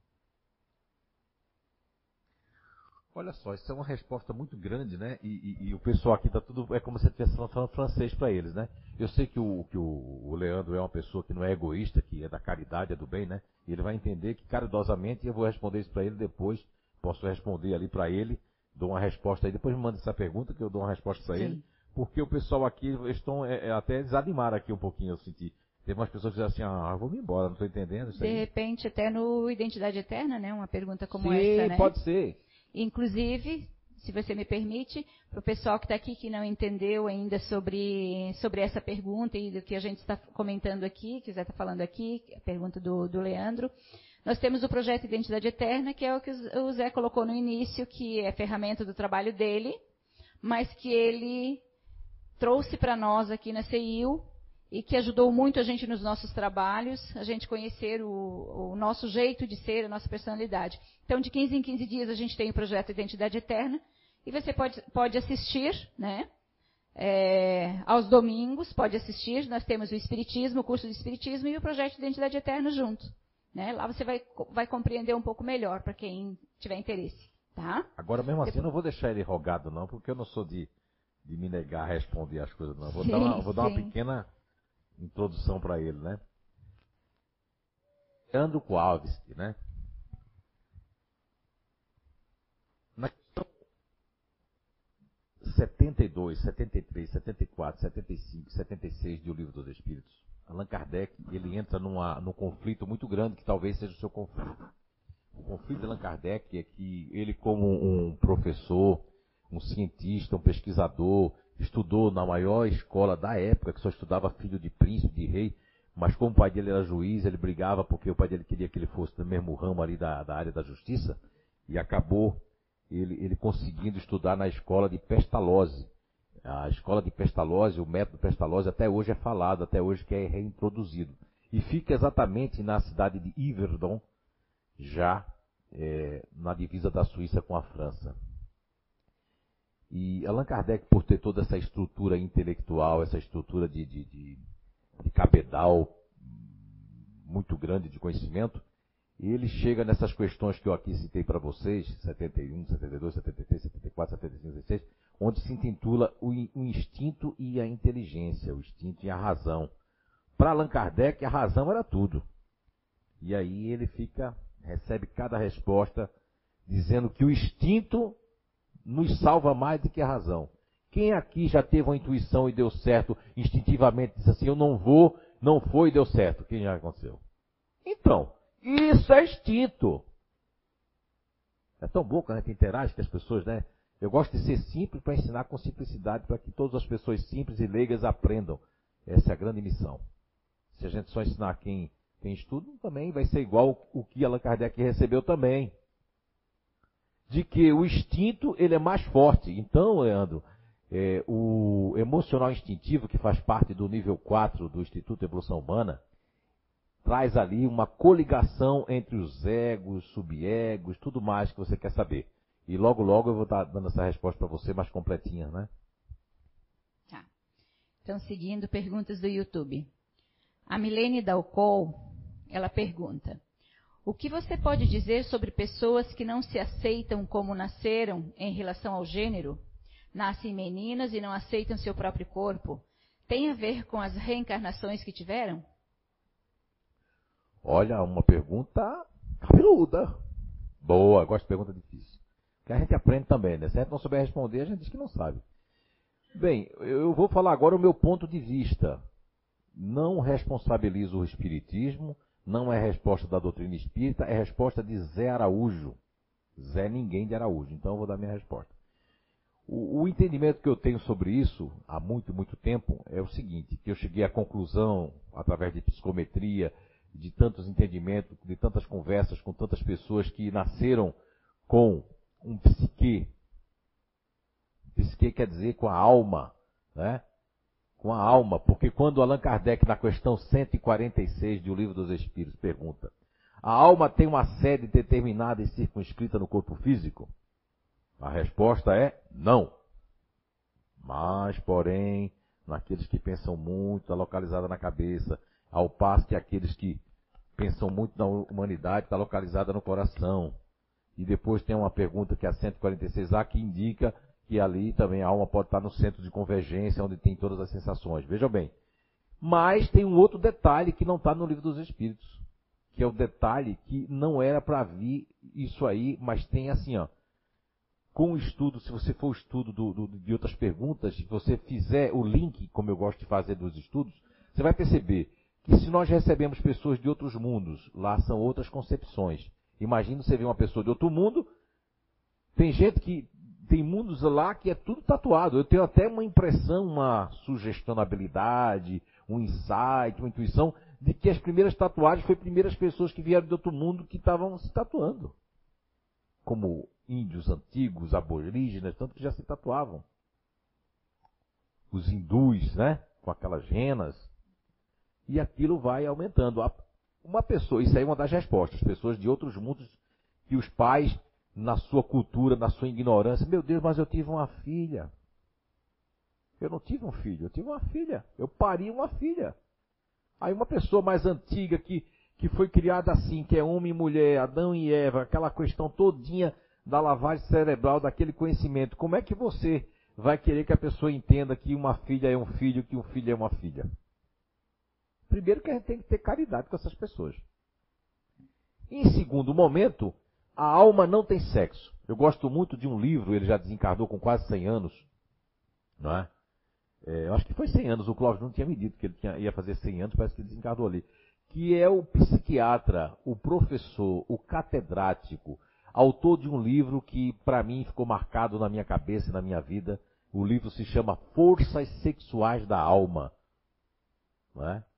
Olha só, isso é uma resposta muito grande, né? E, e, e o pessoal aqui tá tudo, é como se eu estivesse falando francês para eles, né? Eu sei que, o, que o, o Leandro é uma pessoa que não é egoísta, que é da caridade, é do bem, né? E ele vai entender que caridosamente, eu vou responder isso para ele depois, posso responder ali para ele, dou uma resposta aí, depois me manda essa pergunta que eu dou uma resposta para ele, porque o pessoal aqui estão é, é, até desanimaram aqui um pouquinho, eu senti. Teve umas pessoas que disseram assim, ah, eu vou me embora, não estou entendendo isso De aí. repente, até no Identidade Eterna, né? Uma pergunta como Sim, essa, né? pode ser. Inclusive, se você me permite, para o pessoal que está aqui que não entendeu ainda sobre, sobre essa pergunta e do que a gente está comentando aqui, que o Zé está falando aqui, a pergunta do, do Leandro, nós temos o projeto Identidade Eterna, que é o que o Zé colocou no início, que é ferramenta do trabalho dele, mas que ele trouxe para nós aqui na C I U e que ajudou muito a gente nos nossos trabalhos, a gente conhecer o, o nosso jeito de ser, a nossa personalidade. Então, de quinze em quinze dias, a gente tem o projeto Identidade Eterna, e você pode, pode assistir, né? É, aos domingos, pode assistir. Nós temos o Espiritismo, o curso de Espiritismo e o projeto Identidade Eterna junto. Né? Lá você vai, vai compreender um pouco melhor, para quem tiver interesse. Tá? Agora, mesmo assim, Depois... eu não vou deixar ele rogado, não, porque eu não sou de, de me negar a responder as coisas, não. Vou sim, dar uma, vou dar uma sim. pequena introdução para ele, né? Leandro Kowalski, né? Na questão setenta e dois, setenta e três, setenta e quatro, setenta e cinco, setenta e seis de O Livro dos Espíritos, Allan Kardec, ele entra numa, num conflito muito grande, que talvez seja o seu conflito. O conflito de Allan Kardec é que ele, como um professor, um cientista, um pesquisador, estudou na maior escola da época, que só estudava filho de príncipe, de rei, mas como o pai dele era juiz, ele brigava porque o pai dele queria que ele fosse do mesmo ramo ali da, da área da justiça, e acabou ele, ele conseguindo estudar na escola de Pestalozzi. A escola de Pestalozzi, o método Pestalozzi, até hoje é falado, até hoje que é reintroduzido. E fica exatamente na cidade de Yverdon, já é, na divisa da Suíça com a França. E Allan Kardec, por ter toda essa estrutura intelectual, essa estrutura de, de, de, de cabedal muito grande de conhecimento, ele chega nessas questões que eu aqui citei para vocês, setenta e um, setenta e dois, setenta e três, setenta e quatro, setenta e cinco, setenta e seis, onde se intitula o, o instinto e a inteligência, o instinto e a razão. Para Allan Kardec, a razão era tudo. E aí ele fica, recebe cada resposta dizendo que o instinto nos salva mais do que a razão. Quem aqui já teve uma intuição e deu certo instintivamente, disse assim, eu não vou, não foi e deu certo? Quem já aconteceu? Então, isso é instinto. É tão bom quando a gente interage com as pessoas, né? Eu gosto de ser simples para ensinar com simplicidade, para que todas as pessoas simples e leigas aprendam. Essa é a grande missão. Se a gente só ensinar quem, quem estuda, também vai ser igual o que Allan Kardec recebeu também. De que o instinto ele é mais forte. Então, Leandro, é, o emocional instintivo, que faz parte do nível quatro do Instituto de Evolução Humana, traz ali uma coligação entre os egos, subegos, tudo mais que você quer saber. E logo, logo eu vou estar dando essa resposta para você mais completinha, né? Tá. Então, seguindo perguntas do YouTube. A Milene Dalcol, ela pergunta: o que você pode dizer sobre pessoas que não se aceitam como nasceram em relação ao gênero? Nascem meninas e não aceitam seu próprio corpo. Tem a ver com as reencarnações que tiveram? Olha, uma pergunta cabeluda. Boa, gosto de pergunta difícil. Que a gente aprende também, né? Se a gente não souber responder, a gente diz que não sabe. Bem, eu vou falar agora o meu ponto de vista. Não responsabilizo o espiritismo, não é resposta da doutrina espírita, é resposta de Zé Araújo. Zé ninguém de Araújo, então eu vou dar minha resposta. O, o entendimento que eu tenho sobre isso, há muito, muito tempo, é o seguinte, que eu cheguei à conclusão, através de psicometria, de tantos entendimentos, de tantas conversas com tantas pessoas que nasceram com um psique. Psique quer dizer com a alma, né? Com a alma, porque quando Allan Kardec, na questão cento e quarenta e seis de O Livro dos Espíritos, pergunta: a alma tem uma sede determinada e circunscrita no corpo físico? A resposta é não. Mas, porém, naqueles que pensam muito, está localizada na cabeça, ao passo que aqueles que pensam muito na humanidade está localizada no coração. E depois tem uma pergunta que é a cento e quarenta e seis A, que indica que ali também a alma pode estar no centro de convergência, onde tem todas as sensações. Vejam bem. Mas tem um outro detalhe que não está no Livro dos Espíritos, que é o detalhe que não era para vir isso aí, mas tem assim, ó. Com o estudo, se você for o estudo do, do, de outras perguntas, se você fizer o link, como eu gosto de fazer dos estudos, você vai perceber que se nós recebemos pessoas de outros mundos, lá são outras concepções. Imagina você ver uma pessoa de outro mundo, tem gente que tem mundos lá que é tudo tatuado. Eu tenho até uma impressão, uma sugestionabilidade, um insight, uma intuição, de que as primeiras tatuagens foram primeiras pessoas que vieram de outro mundo que estavam se tatuando. Como índios antigos, aborígenes, tanto que já se tatuavam. Os hindus, né? Com aquelas renas. E aquilo vai aumentando. Uma pessoa, isso aí é uma das respostas. Pessoas de outros mundos que os pais, na sua cultura, na sua ignorância, meu Deus, mas eu tive uma filha. Eu não tive um filho, eu tive uma filha. Eu pari uma filha. Aí uma pessoa mais antiga que, que foi criada assim, que é homem e mulher, Adão e Eva, aquela questão todinha da lavagem cerebral, daquele conhecimento. Como é que você vai querer que a pessoa entenda que uma filha é um filho, que um filho é uma filha? Primeiro que a gente tem que ter caridade com essas pessoas. Em segundo momento, a alma não tem sexo. Eu gosto muito de um livro, ele já desencarnou com quase cem anos, não é? É, eu acho que foi cem anos, o Clóvis não tinha me dito que ele tinha, ia fazer cem anos, parece que ele desencarnou ali. Que é o psiquiatra, o professor, o catedrático, autor de um livro que para mim ficou marcado na minha cabeça e na minha vida. O livro se chama Forças Sexuais da Alma. Não é?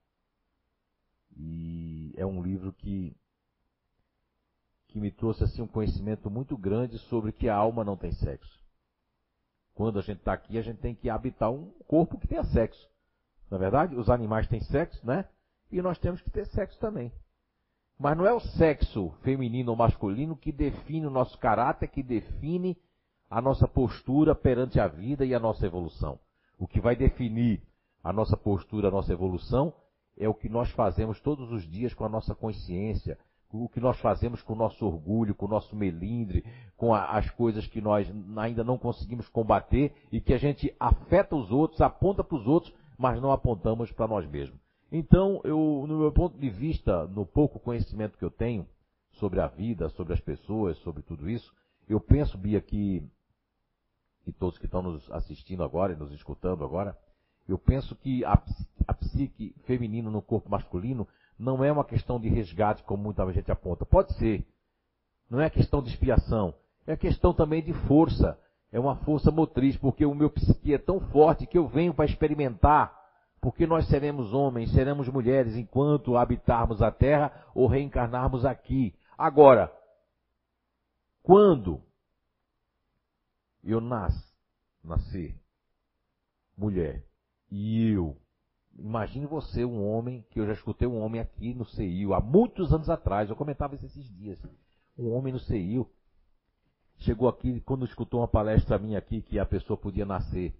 E é um livro que, que me trouxe assim, um conhecimento muito grande sobre que a alma não tem sexo. Quando a gente está aqui, a gente tem que habitar um corpo que tenha sexo. Na verdade, os animais têm sexo, né? E nós temos que ter sexo também. Mas não é o sexo feminino ou masculino que define o nosso caráter, que define a nossa postura perante a vida e a nossa evolução. O que vai definir a nossa postura, a nossa evolução, é o que nós fazemos todos os dias com a nossa consciência, o que nós fazemos com o nosso orgulho, com o nosso melindre, com a, as coisas que nós ainda não conseguimos combater e que a gente afeta os outros, aponta para os outros, mas não apontamos para nós mesmos. Então, eu, no meu ponto de vista, no pouco conhecimento que eu tenho sobre a vida, sobre as pessoas, sobre tudo isso, eu penso, Bia, que, e todos que estão nos assistindo agora e nos escutando agora, eu penso que a, a psique feminina no corpo masculino não é uma questão de resgate, como muita gente aponta. Pode ser. Não é questão de expiação. É questão também de força. É uma força motriz, porque o meu psique é tão forte que eu venho para experimentar. Porque nós seremos homens, seremos mulheres, enquanto habitarmos a Terra ou reencarnarmos aqui. Agora, quando eu nasci, nascer mulher, e eu, imagine você, um homem, que eu já escutei um homem aqui no C I U, há muitos anos atrás, eu comentava isso esses dias, um homem no C I U, chegou aqui, quando escutou uma palestra minha aqui, que a pessoa podia nascer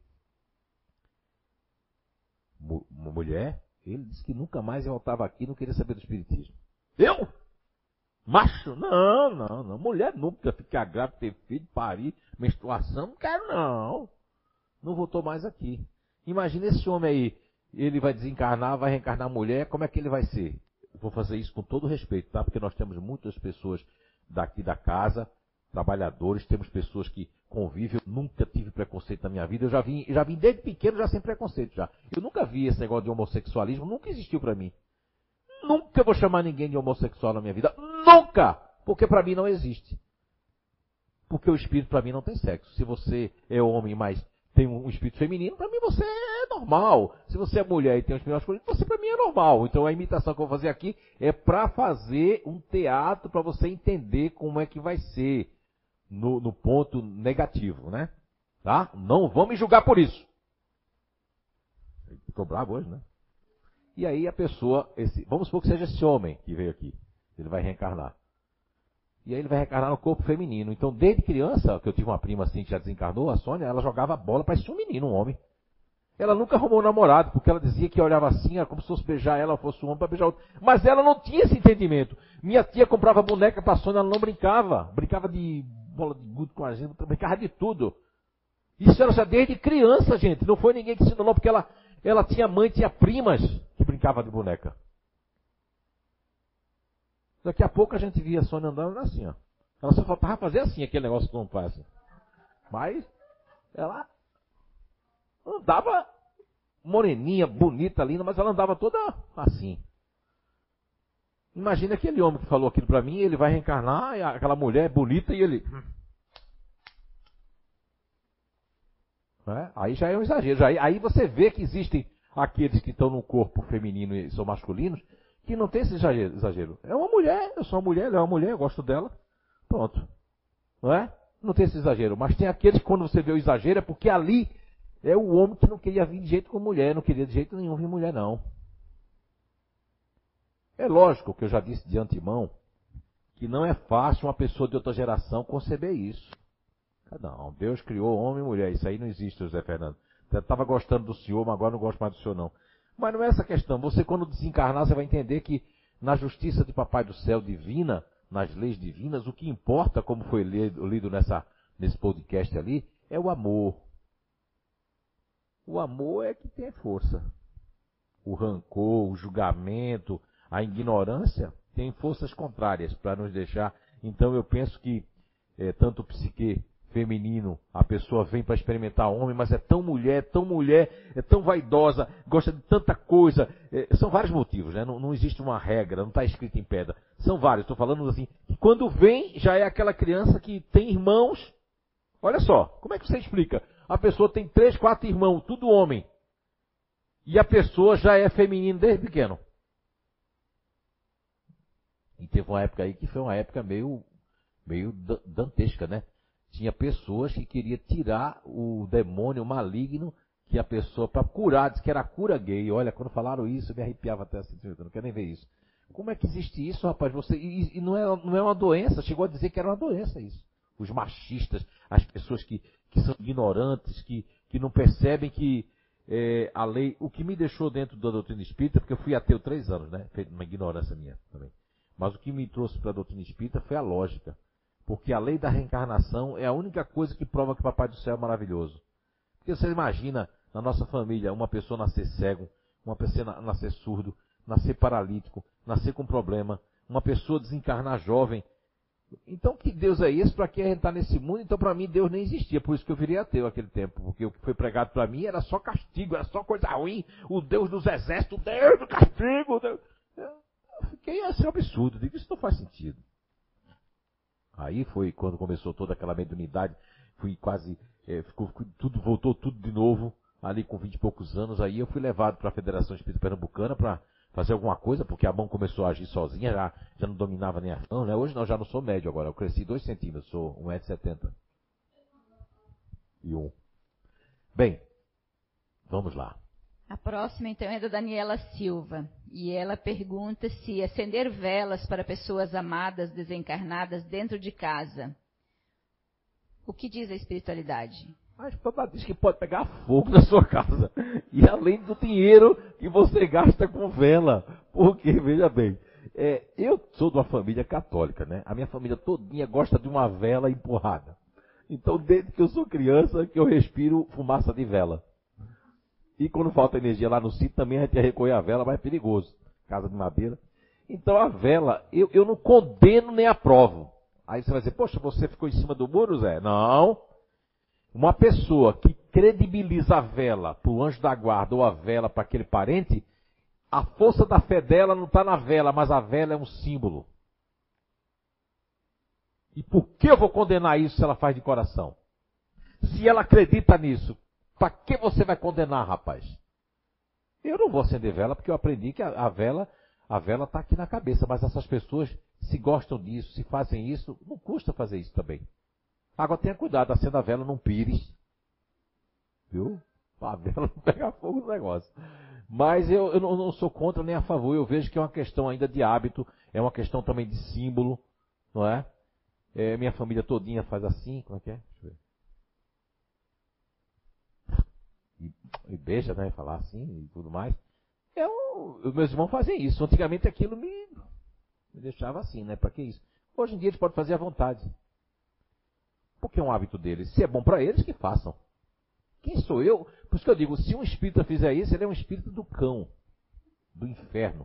uma mulher, ele disse que nunca mais voltava aqui, não queria saber do espiritismo. Eu? Macho? Não, não, não. Mulher nunca ficar grávida, ter filho, parir, menstruação, não quero não. Não voltou mais aqui. Imagina esse homem aí, ele vai desencarnar, vai reencarnar mulher, como é que ele vai ser? Eu vou fazer isso com todo respeito, tá? Porque nós temos muitas pessoas daqui da casa, trabalhadores, temos pessoas que convivem. Eu nunca tive preconceito na minha vida. Eu já vim, já vim desde pequeno já sem preconceito já. Eu nunca vi esse negócio de homossexualismo, nunca existiu para mim. Nunca vou chamar ninguém de homossexual na minha vida. Nunca! Porque para mim não existe. Porque o espírito para mim não tem sexo. Se você é homem, mas tem um espírito feminino, para mim você é normal. Se você é mulher e tem um espírito masculino, você para mim é normal. Então a imitação que eu vou fazer aqui é para fazer um teatro para você entender como é que vai ser no, no ponto negativo, né? Tá? Não vão me julgar por isso. Ficou bravo hoje, né? E aí a pessoa, esse, vamos supor que seja esse homem que veio aqui. Ele vai reencarnar. E aí ele vai reencarnar no corpo feminino. Então, desde criança, que eu tive uma prima assim que já desencarnou, a Sônia, ela jogava bola, parecia um menino, um homem. Ela nunca arrumou um namorado, porque ela dizia que olhava assim, era como se fosse beijar ela, fosse um homem para beijar outro. Mas ela não tinha esse entendimento. Minha tia comprava boneca para a Sônia, ela não brincava. Brincava de bola de gude com a gente, brincava de tudo. Isso era já desde criança, gente. Não foi ninguém que ensinou, não, porque ela, ela tinha mãe, tinha primas que brincavam de boneca. Daqui a pouco a gente via a Sônia andando assim, ó. Ela só faltava fazer assim, aquele negócio que não passa. Mas ela andava moreninha, bonita, linda, mas ela andava toda assim. Imagina aquele homem que falou aquilo para mim, ele vai reencarnar, e aquela mulher é bonita e ele... É? Aí já é um exagero. Já, aí você vê que existem aqueles que estão no corpo feminino e são masculinos, que não tem esse exagero. exagero. É uma mulher, eu sou uma mulher, ela é uma mulher, eu gosto dela. Pronto. Não é? Não tem esse exagero. Mas tem aqueles que quando você vê o exagero é porque ali é o homem que não queria vir de jeito com mulher, não queria de jeito nenhum vir mulher, não. É lógico que eu já disse de antemão que não é fácil uma pessoa de outra geração conceber isso. Não, Deus criou homem e mulher, isso aí não existe, José Fernando. Eu estava gostando do senhor, mas agora não gosto mais do senhor, não. Mas não é essa questão. Você, quando desencarnar, você vai entender que na justiça de Papai do Céu divina, nas leis divinas, o que importa, como foi lido, lido nessa, nesse podcast ali, é o amor. O amor é que tem força. O rancor, o julgamento, a ignorância tem forças contrárias para nos deixar. Então eu penso que é, tanto o psique feminino, a pessoa vem para experimentar homem, mas é tão mulher, tão mulher, é tão vaidosa, gosta de tanta coisa. É, são vários motivos, né? Não, não existe uma regra, não está escrito em pedra. São vários. Estou falando assim, que quando vem, já é aquela criança que tem irmãos. Olha só, como é que você explica? A pessoa tem três, quatro irmãos, tudo homem. E a pessoa já é feminina desde pequeno. E teve uma época aí que foi uma época meio, meio dantesca, né? Tinha pessoas que queriam tirar o demônio maligno que a pessoa, para curar, disse que era cura gay. Olha, quando falaram isso, eu me arrepiava até assim, eu não quero nem ver isso. Como é que existe isso, rapaz? Você, e, e não, é, não é uma doença, chegou a dizer que era uma doença isso. Os machistas, as pessoas que, que são ignorantes, que, que não percebem que é, a lei... O que me deixou dentro da doutrina espírita, porque eu fui ateu três anos, né? Feito uma ignorância minha também. Mas o que me trouxe para a doutrina espírita foi a lógica. Porque a lei da reencarnação é a única coisa que prova que o Papai do Céu é maravilhoso. Porque você imagina, na nossa família, uma pessoa nascer cego, uma pessoa nascer surdo, nascer paralítico, nascer com problema, uma pessoa desencarnar jovem. Então, que Deus é esse? Para que a gente está nesse mundo? Então, para mim, Deus nem existia. Por isso que eu virei ateu naquele tempo. Porque o que foi pregado para mim era só castigo, era só coisa ruim. O Deus dos exércitos, o Deus do castigo. Deus... Eu fiquei assim, um absurdo. Digo, isso não faz sentido. Aí foi quando começou toda aquela mediunidade, fui quase, é, ficou, tudo, voltou tudo de novo, ali com vinte e poucos anos, aí eu fui levado para a Federação Espírita Pernambucana para fazer alguma coisa, porque a mão começou a agir sozinha, já, já não dominava nem as mãos, né? Hoje não, já não sou médio agora, eu cresci dois centímetros, sou um metro e setenta e um. Bem, vamos lá. A próxima, então, é da Daniela Silva. E ela pergunta se acender velas para pessoas amadas desencarnadas dentro de casa. O que diz a espiritualidade? A espiritualidade diz que pode pegar fogo na sua casa. E além do dinheiro que você gasta com vela. Porque, veja bem, é, eu sou de uma família católica, né? A minha família todinha gosta de uma vela empurrada. Então, desde que eu sou criança, que eu respiro fumaça de vela. E quando falta energia lá no sítio, também a gente ia recolher a vela, mas é perigoso. Casa de madeira. Então a vela, eu, eu não condeno nem aprovo. Aí você vai dizer, poxa, você ficou em cima do muro, Zé? Não. Uma pessoa que credibiliza a vela para o anjo da guarda ou a vela para aquele parente, a força da fé dela não está na vela, mas a vela é um símbolo. E por que eu vou condenar isso se ela faz de coração? Se ela acredita nisso, para que você vai condenar, rapaz? Eu não vou acender vela porque eu aprendi que a, a vela a vela está aqui na cabeça. Mas essas pessoas, se gostam disso, se fazem isso, não custa fazer isso também. Agora tenha cuidado, acenda a vela, não pires. Viu? A vela não pega fogo no negócio. Mas eu, eu não, não sou contra nem a favor. Eu vejo que é uma questão ainda de hábito. É uma questão também de símbolo. Não é? É, minha família todinha faz assim. Como é que é? Deixa eu ver. E beija, né? Falar assim e tudo mais. Eu, os meus irmãos fazem isso. Antigamente aquilo me, me deixava assim, né? Para que isso? Hoje em dia eles podem fazer à vontade. Porque é um hábito deles. Se é bom para eles, que façam. Quem sou eu? Por isso que eu digo, se um espírita fizer isso, ele é um espírito do cão, do inferno.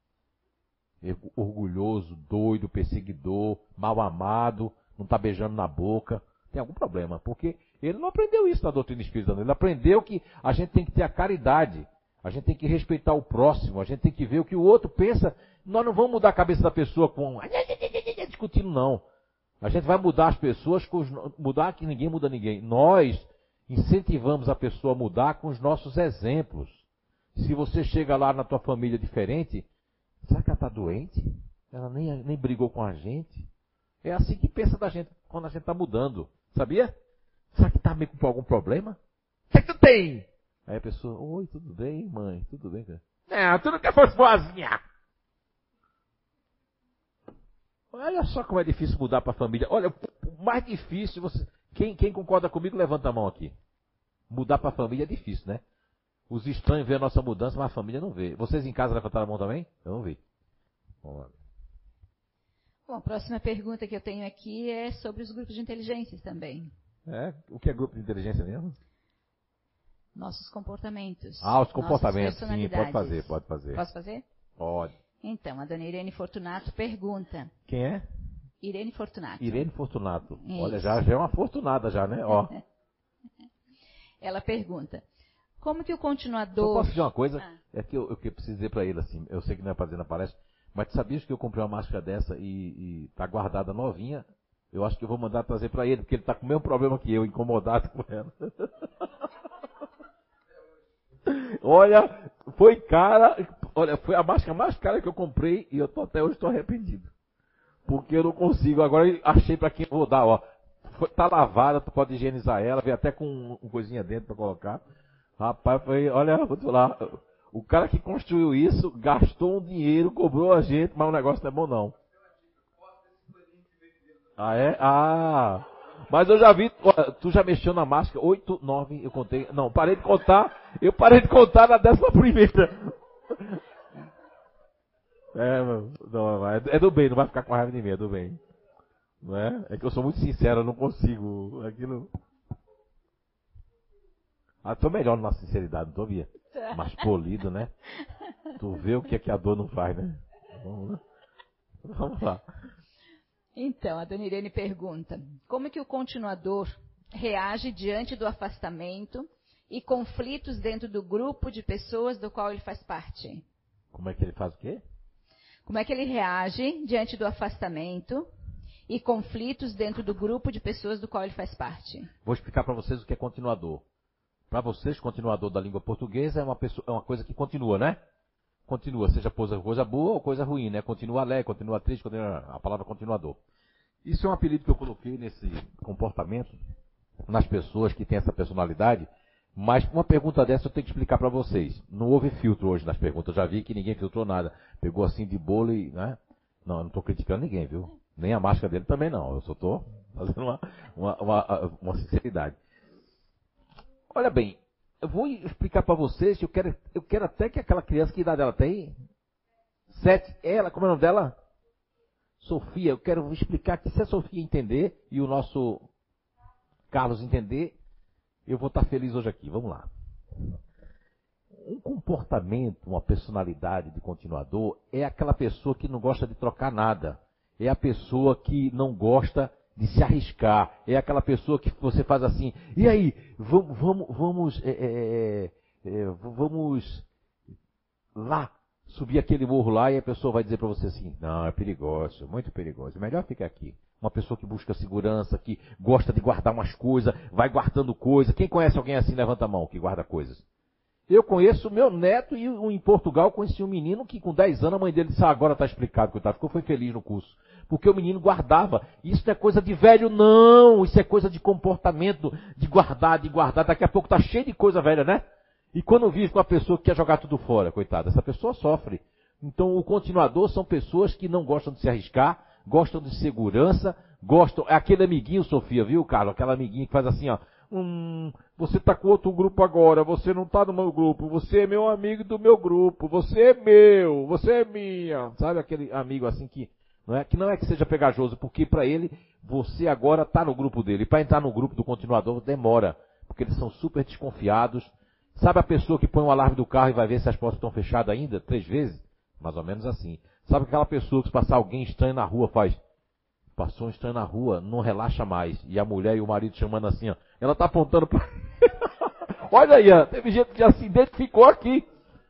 Orgulhoso, doido, perseguidor, mal amado, não está beijando na boca. Tem algum problema, porque ele não aprendeu isso na doutrina espírita, não. Ele aprendeu que a gente tem que ter a caridade. A gente tem que respeitar o próximo, a gente tem que ver o que o outro pensa. Nós não vamos mudar a cabeça da pessoa com discutindo, não. A gente vai mudar as pessoas, com os... mudar que ninguém muda ninguém. Nós incentivamos a pessoa a mudar com os nossos exemplos. Se você chega lá na tua família diferente, será que ela está doente? Ela nem, nem brigou com a gente? É assim que pensa da gente quando a gente está mudando. Sabia? Será que está meio com algum problema? O que é que tu tem? Aí a pessoa, oi, tudo bem, mãe? Tudo bem, cara? Não, tu não quer fosse boazinha. Olha só como é difícil mudar para a família. Olha, o mais difícil, você... quem, quem concorda comigo, levanta a mão aqui. Mudar para a família é difícil, né? Os estranhos vêem a nossa mudança, mas a família não vê. Vocês em casa levantaram a mão também? Eu não vi. Vamos lá. Bom, a próxima pergunta que eu tenho aqui é sobre os grupos de inteligências também. É? O que é grupo de inteligência mesmo? Nossos comportamentos. Ah, os comportamentos, sim, pode personalidades. fazer, pode fazer. Posso fazer? Pode. Então, a dona Irene Fortunato pergunta. Quem é? Irene Fortunato. Irene Fortunato. Isso. Olha, já, já é uma fortunada já, né? Ó. Ela pergunta, como que o continuador... Só posso dizer uma coisa? Ah. É que eu, eu que preciso dizer para ele assim, eu sei que não é para dizer na palestra, mas tu sabias que eu comprei uma máscara dessa e está guardada novinha? Eu acho que eu vou mandar trazer para ele, porque ele está com o mesmo problema que eu, incomodado com ela. Olha, foi cara, olha, foi a máscara mais cara que eu comprei e eu tô, até hoje estou arrependido. Porque eu não consigo, agora eu achei para quem eu vou dar, ó. Foi, tá lavada, tu pode higienizar ela, vem até com um, um coisinha dentro para colocar. Rapaz, foi, olha, vou te falar, o cara que construiu isso gastou um dinheiro, cobrou a gente, mas o negócio não é bom não. Ah, é? Ah, mas eu já vi, ó, tu já mexeu na máscara, oito, nove, eu contei, não, parei de contar, eu parei de contar na décima primeira. É, não, é do bem, não vai ficar com raiva de mim, é do bem. Não é? É que eu sou muito sincero, eu não consigo, aquilo... Ah, tô melhor na sinceridade, não tô, Bia? Mais polido, né? Tu vê o que é que a dor não faz, né? Vamos lá. Vamos lá. Então, a dona Irene pergunta, como é que o continuador reage diante do afastamento e conflitos dentro do grupo de pessoas do qual ele faz parte? Como é que ele faz o quê? Como é que ele reage diante do afastamento e conflitos dentro do grupo de pessoas do qual ele faz parte? Vou explicar para vocês o que é continuador. Para vocês, continuador da língua portuguesa é uma, pessoa, é uma coisa que continua, né? Continua, seja coisa, coisa boa ou coisa ruim, né? Continua alegre, continua triste, continua, a palavra continuador. Isso é um apelido que eu coloquei nesse comportamento, nas pessoas que têm essa personalidade, mas uma pergunta dessa eu tenho que explicar para vocês. Não houve filtro hoje nas perguntas, eu já vi que ninguém filtrou nada. Pegou assim de bolo e, né? Não, eu não estou criticando ninguém, viu? Nem a máscara dele também não, eu só estou fazendo uma, uma, uma, uma sinceridade. Olha bem, eu vou explicar para vocês que eu quero, eu quero até que aquela criança, que idade ela tem? Sete. Ela, como é o nome dela? Sofia. Eu quero explicar que se a Sofia entender e o nosso Carlos entender, eu vou estar feliz hoje aqui. Vamos lá. Um comportamento, uma personalidade de continuador é aquela pessoa que não gosta de trocar nada. É a pessoa que não gosta de se arriscar. É aquela pessoa que você faz assim, e aí, vamos, vamos, vamos, é, é, é, vamos lá, subir aquele morro lá, e a pessoa vai dizer para você assim, não, é perigoso, muito perigoso, melhor ficar aqui. Uma pessoa que busca segurança, que gosta de guardar umas coisas, vai guardando coisas. Quem conhece alguém assim, levanta a mão, que guarda coisas. Eu conheço o meu neto e em Portugal conheci um menino que com dez anos a mãe dele disse, ah, agora está explicado, coitado, ficou foi feliz no curso. Porque o menino guardava. Isso não é coisa de velho, não. Isso é coisa de comportamento, de guardar, de guardar. Daqui a pouco está cheio de coisa velha, né? E quando vive com a pessoa que quer jogar tudo fora, coitada, essa pessoa sofre. Então o continuador são pessoas que não gostam de se arriscar, gostam de segurança, gostam... É aquele amiguinho, Sofia, viu, Carlos? Aquela amiguinha que faz assim, ó. Hum, você está com outro grupo agora, você não está no meu grupo, você é meu amigo do meu grupo, você é meu, você é minha. Sabe aquele amigo assim que não é que, não é que seja pegajoso, porque para ele, você agora está no grupo dele. E para entrar no grupo do continuador demora, porque eles são super desconfiados. Sabe a pessoa que põe o alarme do carro e vai ver se as portas estão fechadas ainda? Três vezes? Mais ou menos assim. Sabe aquela pessoa que se passar alguém estranho na rua faz... Passou um estranho na rua, não relaxa mais. E a mulher e o marido chamando assim, ó. Ela tá apontando para... Olha aí, ó. Teve gente que já se identificou aqui.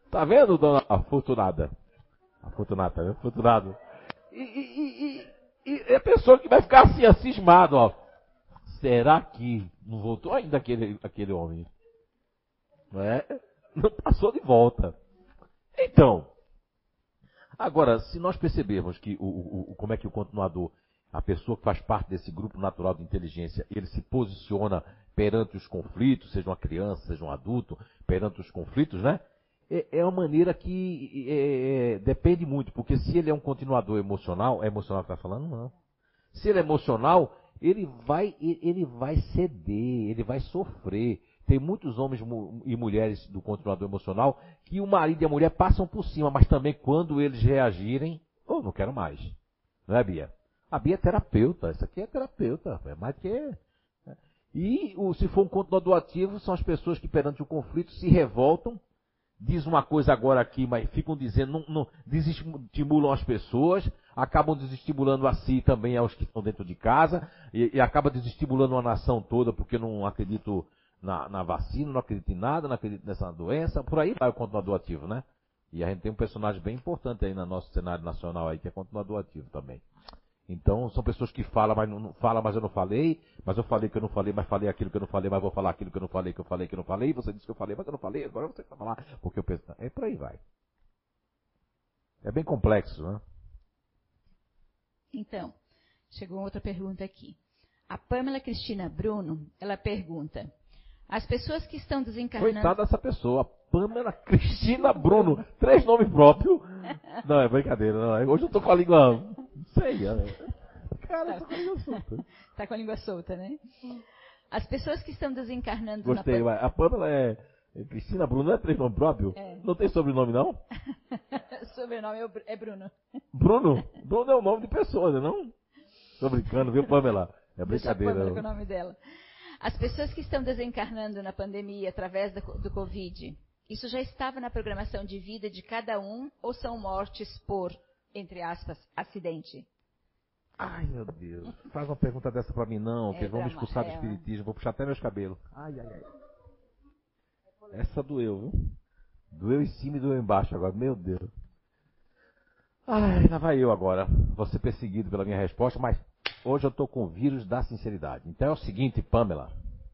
Tá vendo, dona Afortunada? Afortunada, né? Afortunado. E, e, e, e a pessoa que vai ficar assim, cismado, ó. Será que não voltou ainda aquele, aquele homem? Não é? Não passou de volta. Então, agora, se nós percebermos que o, o, o, como é que o continuador, a pessoa que faz parte desse grupo natural de inteligência, ele se posiciona perante os conflitos, seja uma criança, seja um adulto, perante os conflitos, né? É, é uma maneira que é, depende muito, porque se ele é um continuador emocional, é emocional que está falando? Não. Se ele é emocional, ele vai, ele vai ceder, ele vai sofrer. Tem muitos homens e mulheres do continuador emocional que o marido e a mulher passam por cima, mas também quando eles reagirem, oh, não quero mais. Não é, Bia? A Bia é terapeuta, isso aqui é terapeuta, é mais que... E o, se for um continuador ativo, são as pessoas que perante o conflito se revoltam, diz uma coisa agora aqui, mas ficam dizendo, não, não, desestimulam as pessoas, acabam desestimulando a si também aos que estão dentro de casa, e, e acaba desestimulando a nação toda, porque não acredito na, na vacina, não acredito em nada, não acredito nessa doença, por aí vai o continuador ativo, né? E a gente tem um personagem bem importante aí no nosso cenário nacional aí, que é continuador ativo também. Então, são pessoas que falam, mas não falam, mas eu não falei, mas eu falei que eu não falei, mas falei aquilo que eu não falei, mas vou falar aquilo que eu não falei, que eu falei, que eu não falei, você disse que eu falei, mas eu não falei, agora você vai falar, porque eu penso, é por aí vai. É bem complexo, né? Então, chegou outra pergunta aqui. A Pamela Cristina Bruno, ela pergunta, as pessoas que estão desencarnando... Coitada dessa pessoa, Pamela Cristina Bruno, três nomes próprios. Não, é brincadeira, não. Hoje eu tô com a língua... Não sei, né? Cara, eu tô com a língua solta. Tá com a língua solta, né? As pessoas que estão desencarnando Gostei, na... Gostei, a Pamela é... Cristina Bruno, não é três nomes próprios? É. Não tem sobrenome, não? Sobrenome é Bruno. Bruno? Bruno é o nome de pessoa, né, não? Tô brincando, viu, Pamela? É brincadeira. Deixa a Pamela com o nome dela. As pessoas que estão desencarnando na pandemia através do, do Covid, isso já estava na programação de vida de cada um ou são mortes por, entre aspas, acidente? Ai, meu Deus. Faz uma pergunta dessa pra mim, não, que É, vão me expulsar do é, espiritismo. Vou puxar até meus cabelos. Ai, ai, ai. Essa doeu, viu? Doeu em cima e doeu embaixo agora. Meu Deus. Ai, lá vai eu agora. Vou ser perseguido pela minha resposta, mas hoje eu tô com o vírus da sinceridade. Então é o seguinte, Pamela.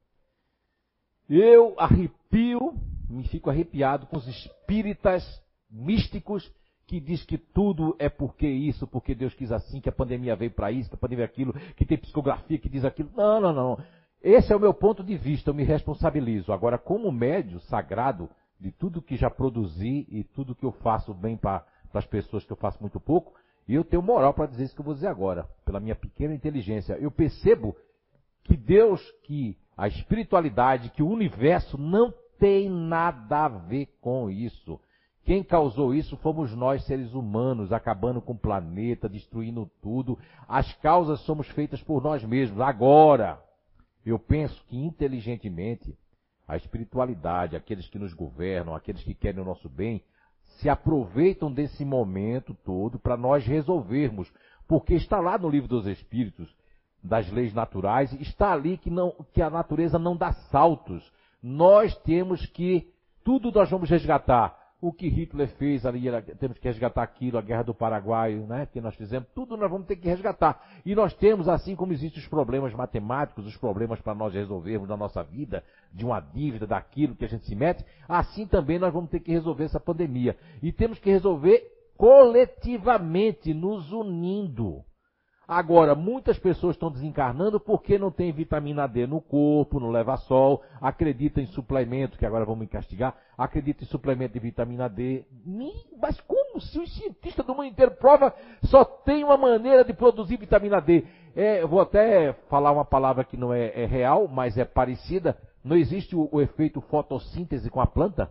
Eu arrepio, me fico arrepiado com os espíritas místicos que diz que tudo é porque isso, porque Deus quis assim, que a pandemia veio para isso, que a pandemia é aquilo, que tem psicografia que diz aquilo. Não, não, não. Esse é o meu ponto de vista, eu me responsabilizo. Agora, como médio sagrado de tudo que já produzi e tudo que eu faço bem para as pessoas que eu faço muito pouco, eu tenho moral para dizer isso que eu vou dizer agora, pela minha pequena inteligência. Eu percebo que Deus, que a espiritualidade, que o universo não tem nada a ver com isso. Quem causou isso fomos nós, seres humanos, acabando com o planeta, destruindo tudo. As causas somos feitas por nós mesmos. Agora, eu penso que inteligentemente, a espiritualidade, aqueles que nos governam, aqueles que querem o nosso bem, se aproveitam desse momento todo para nós resolvermos. Porque está lá no Livro dos Espíritos, das leis naturais, está ali que, não, que a natureza não dá saltos. Nós temos que, tudo nós vamos resgatar. O que Hitler fez ali, temos que resgatar aquilo, a Guerra do Paraguai, né, que nós fizemos, tudo nós vamos ter que resgatar. E nós temos, assim como existem os problemas matemáticos, os problemas para nós resolvermos na nossa vida, de uma dívida, daquilo que a gente se mete, assim também nós vamos ter que resolver essa pandemia. E temos que resolver coletivamente, nos unindo. Agora, muitas pessoas estão desencarnando porque não tem vitamina D no corpo, não leva sol, acreditam em suplemento, que agora vamos me castigar, acreditam em suplemento de vitamina D. Mas como se os cientistas do mundo inteiro provam só tem uma maneira de produzir vitamina D? É, eu vou até falar uma palavra que não é, é real, mas é parecida. Não existe o, o efeito fotossíntese com a planta?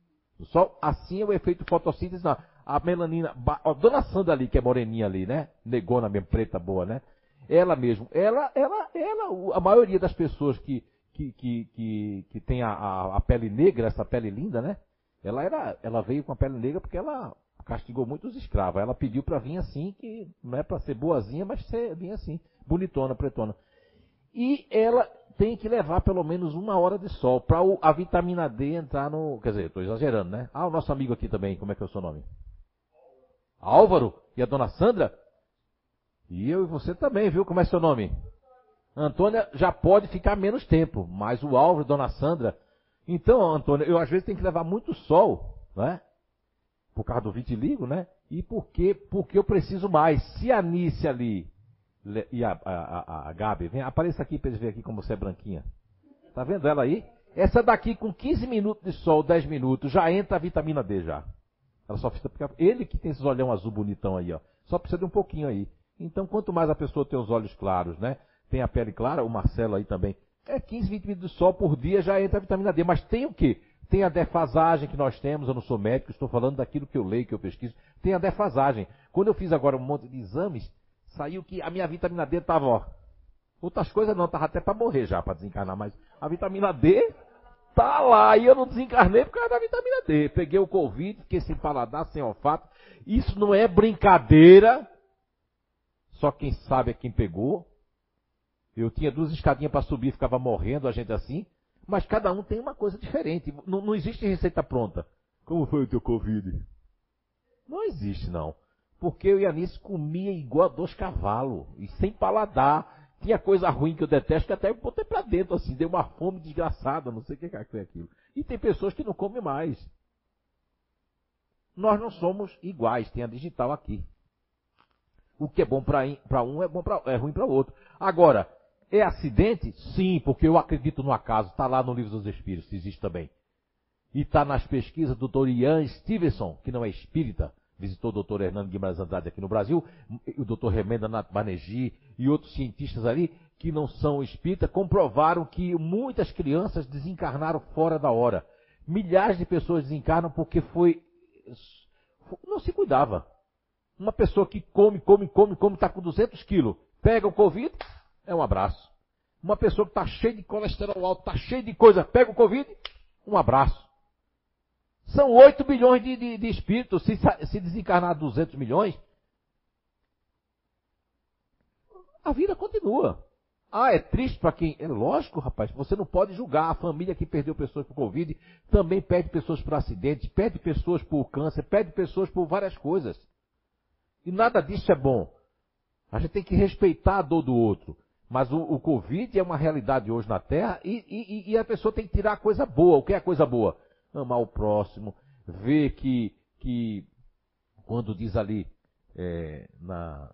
Só assim é o efeito fotossíntese, não. A melanina, a dona Sandra ali, que é moreninha ali, né? Negona mesmo, preta, boa, né? Ela mesmo, ela, ela, ela, a maioria das pessoas que, que, que, que, que tem a, a, a pele negra, essa pele linda, né? Ela, era, ela veio com a pele negra porque ela castigou muito os escravos. Ela pediu para vir assim, que não é para ser boazinha, mas ser, vir assim, bonitona, pretona. E ela tem que levar pelo menos uma hora de sol para a vitamina D entrar no... Quer dizer, estou exagerando, né? Ah, o nosso amigo aqui também, como é que é o seu nome? Álvaro e a dona Sandra? E eu e você também, viu? Como é seu nome? Antônia já pode ficar menos tempo, mas o Álvaro e a dona Sandra... Então, Antônia, eu às vezes tenho que levar muito sol, né? Por causa do vitiligo, né? E porque, porque eu preciso mais. Se a Nícia ali e a, a, a, a Gabi, vem, apareça aqui para eles verem aqui como você é branquinha. Tá vendo ela aí? Essa daqui com quinze minutos de sol, dez minutos, já entra a vitamina D já. Ela só fica... Ele que tem esses olhão azul bonitão aí, ó. Só precisa de um pouquinho aí. Então, quanto mais a pessoa tem os olhos claros, né? Tem a pele clara, o Marcelo aí também. É quinze, vinte minutos de sol por dia já entra a vitamina D. Mas tem o quê? Tem a defasagem que nós temos, eu não sou médico, estou falando daquilo que eu leio, que eu pesquiso. Tem a defasagem. Quando eu fiz agora um monte de exames, saiu que a minha vitamina D estava, ó. Outras coisas não, estava até para morrer já, para desencarnar, mas a vitamina D tá lá, e eu não desencarnei por causa da vitamina D. Peguei o Covid, fiquei sem paladar, sem olfato. Isso não é brincadeira, só quem sabe é quem pegou. Eu tinha duas escadinhas para subir, ficava morrendo, a gente assim. Mas cada um tem uma coisa diferente. Não, não existe receita pronta. Como foi o teu Covid? Não existe, não. Porque eu e a Anice comia igual a dois cavalos. E sem paladar. Tinha coisa ruim que eu detesto, que até eu botei pra dentro, assim. Deu uma fome desgraçada. Não sei o que foi aquilo. E tem pessoas que não comem mais. Nós não somos iguais. Tem a digital aqui. O que é bom para um é, bom pra, é ruim para o outro. Agora... É acidente? Sim, porque eu acredito no acaso. Está lá no Livro dos Espíritos, existe também. E está nas pesquisas do doutor Ian Stevenson, que não é espírita, visitou o doutor Hernando Guimarães Andrade aqui no Brasil, o doutor Remenda Nath Banerjee e outros cientistas ali, que não são espíritas, comprovaram que muitas crianças desencarnaram fora da hora. Milhares de pessoas desencarnam porque foi... não se cuidava. Uma pessoa que come, come, come, come, está com duzentos quilos, pega o Covid... É um abraço. Uma pessoa que está cheia de colesterol alto, está cheia de coisa, pega o Covid, um abraço. São oito bilhões de, de, de espíritos. Se, se desencarnar duzentos milhões, a vida continua. Ah, é triste para quem... É lógico, rapaz, você não pode julgar. A família que perdeu pessoas por Covid também perde pessoas por acidente, perde pessoas por câncer, perde pessoas por várias coisas. E nada disso é bom. A gente tem que respeitar a dor do outro. Mas o, o Covid é uma realidade hoje na Terra e, e, e a pessoa tem que tirar a coisa boa. O que é a coisa boa? Amar o próximo, ver que, que quando diz ali é, na,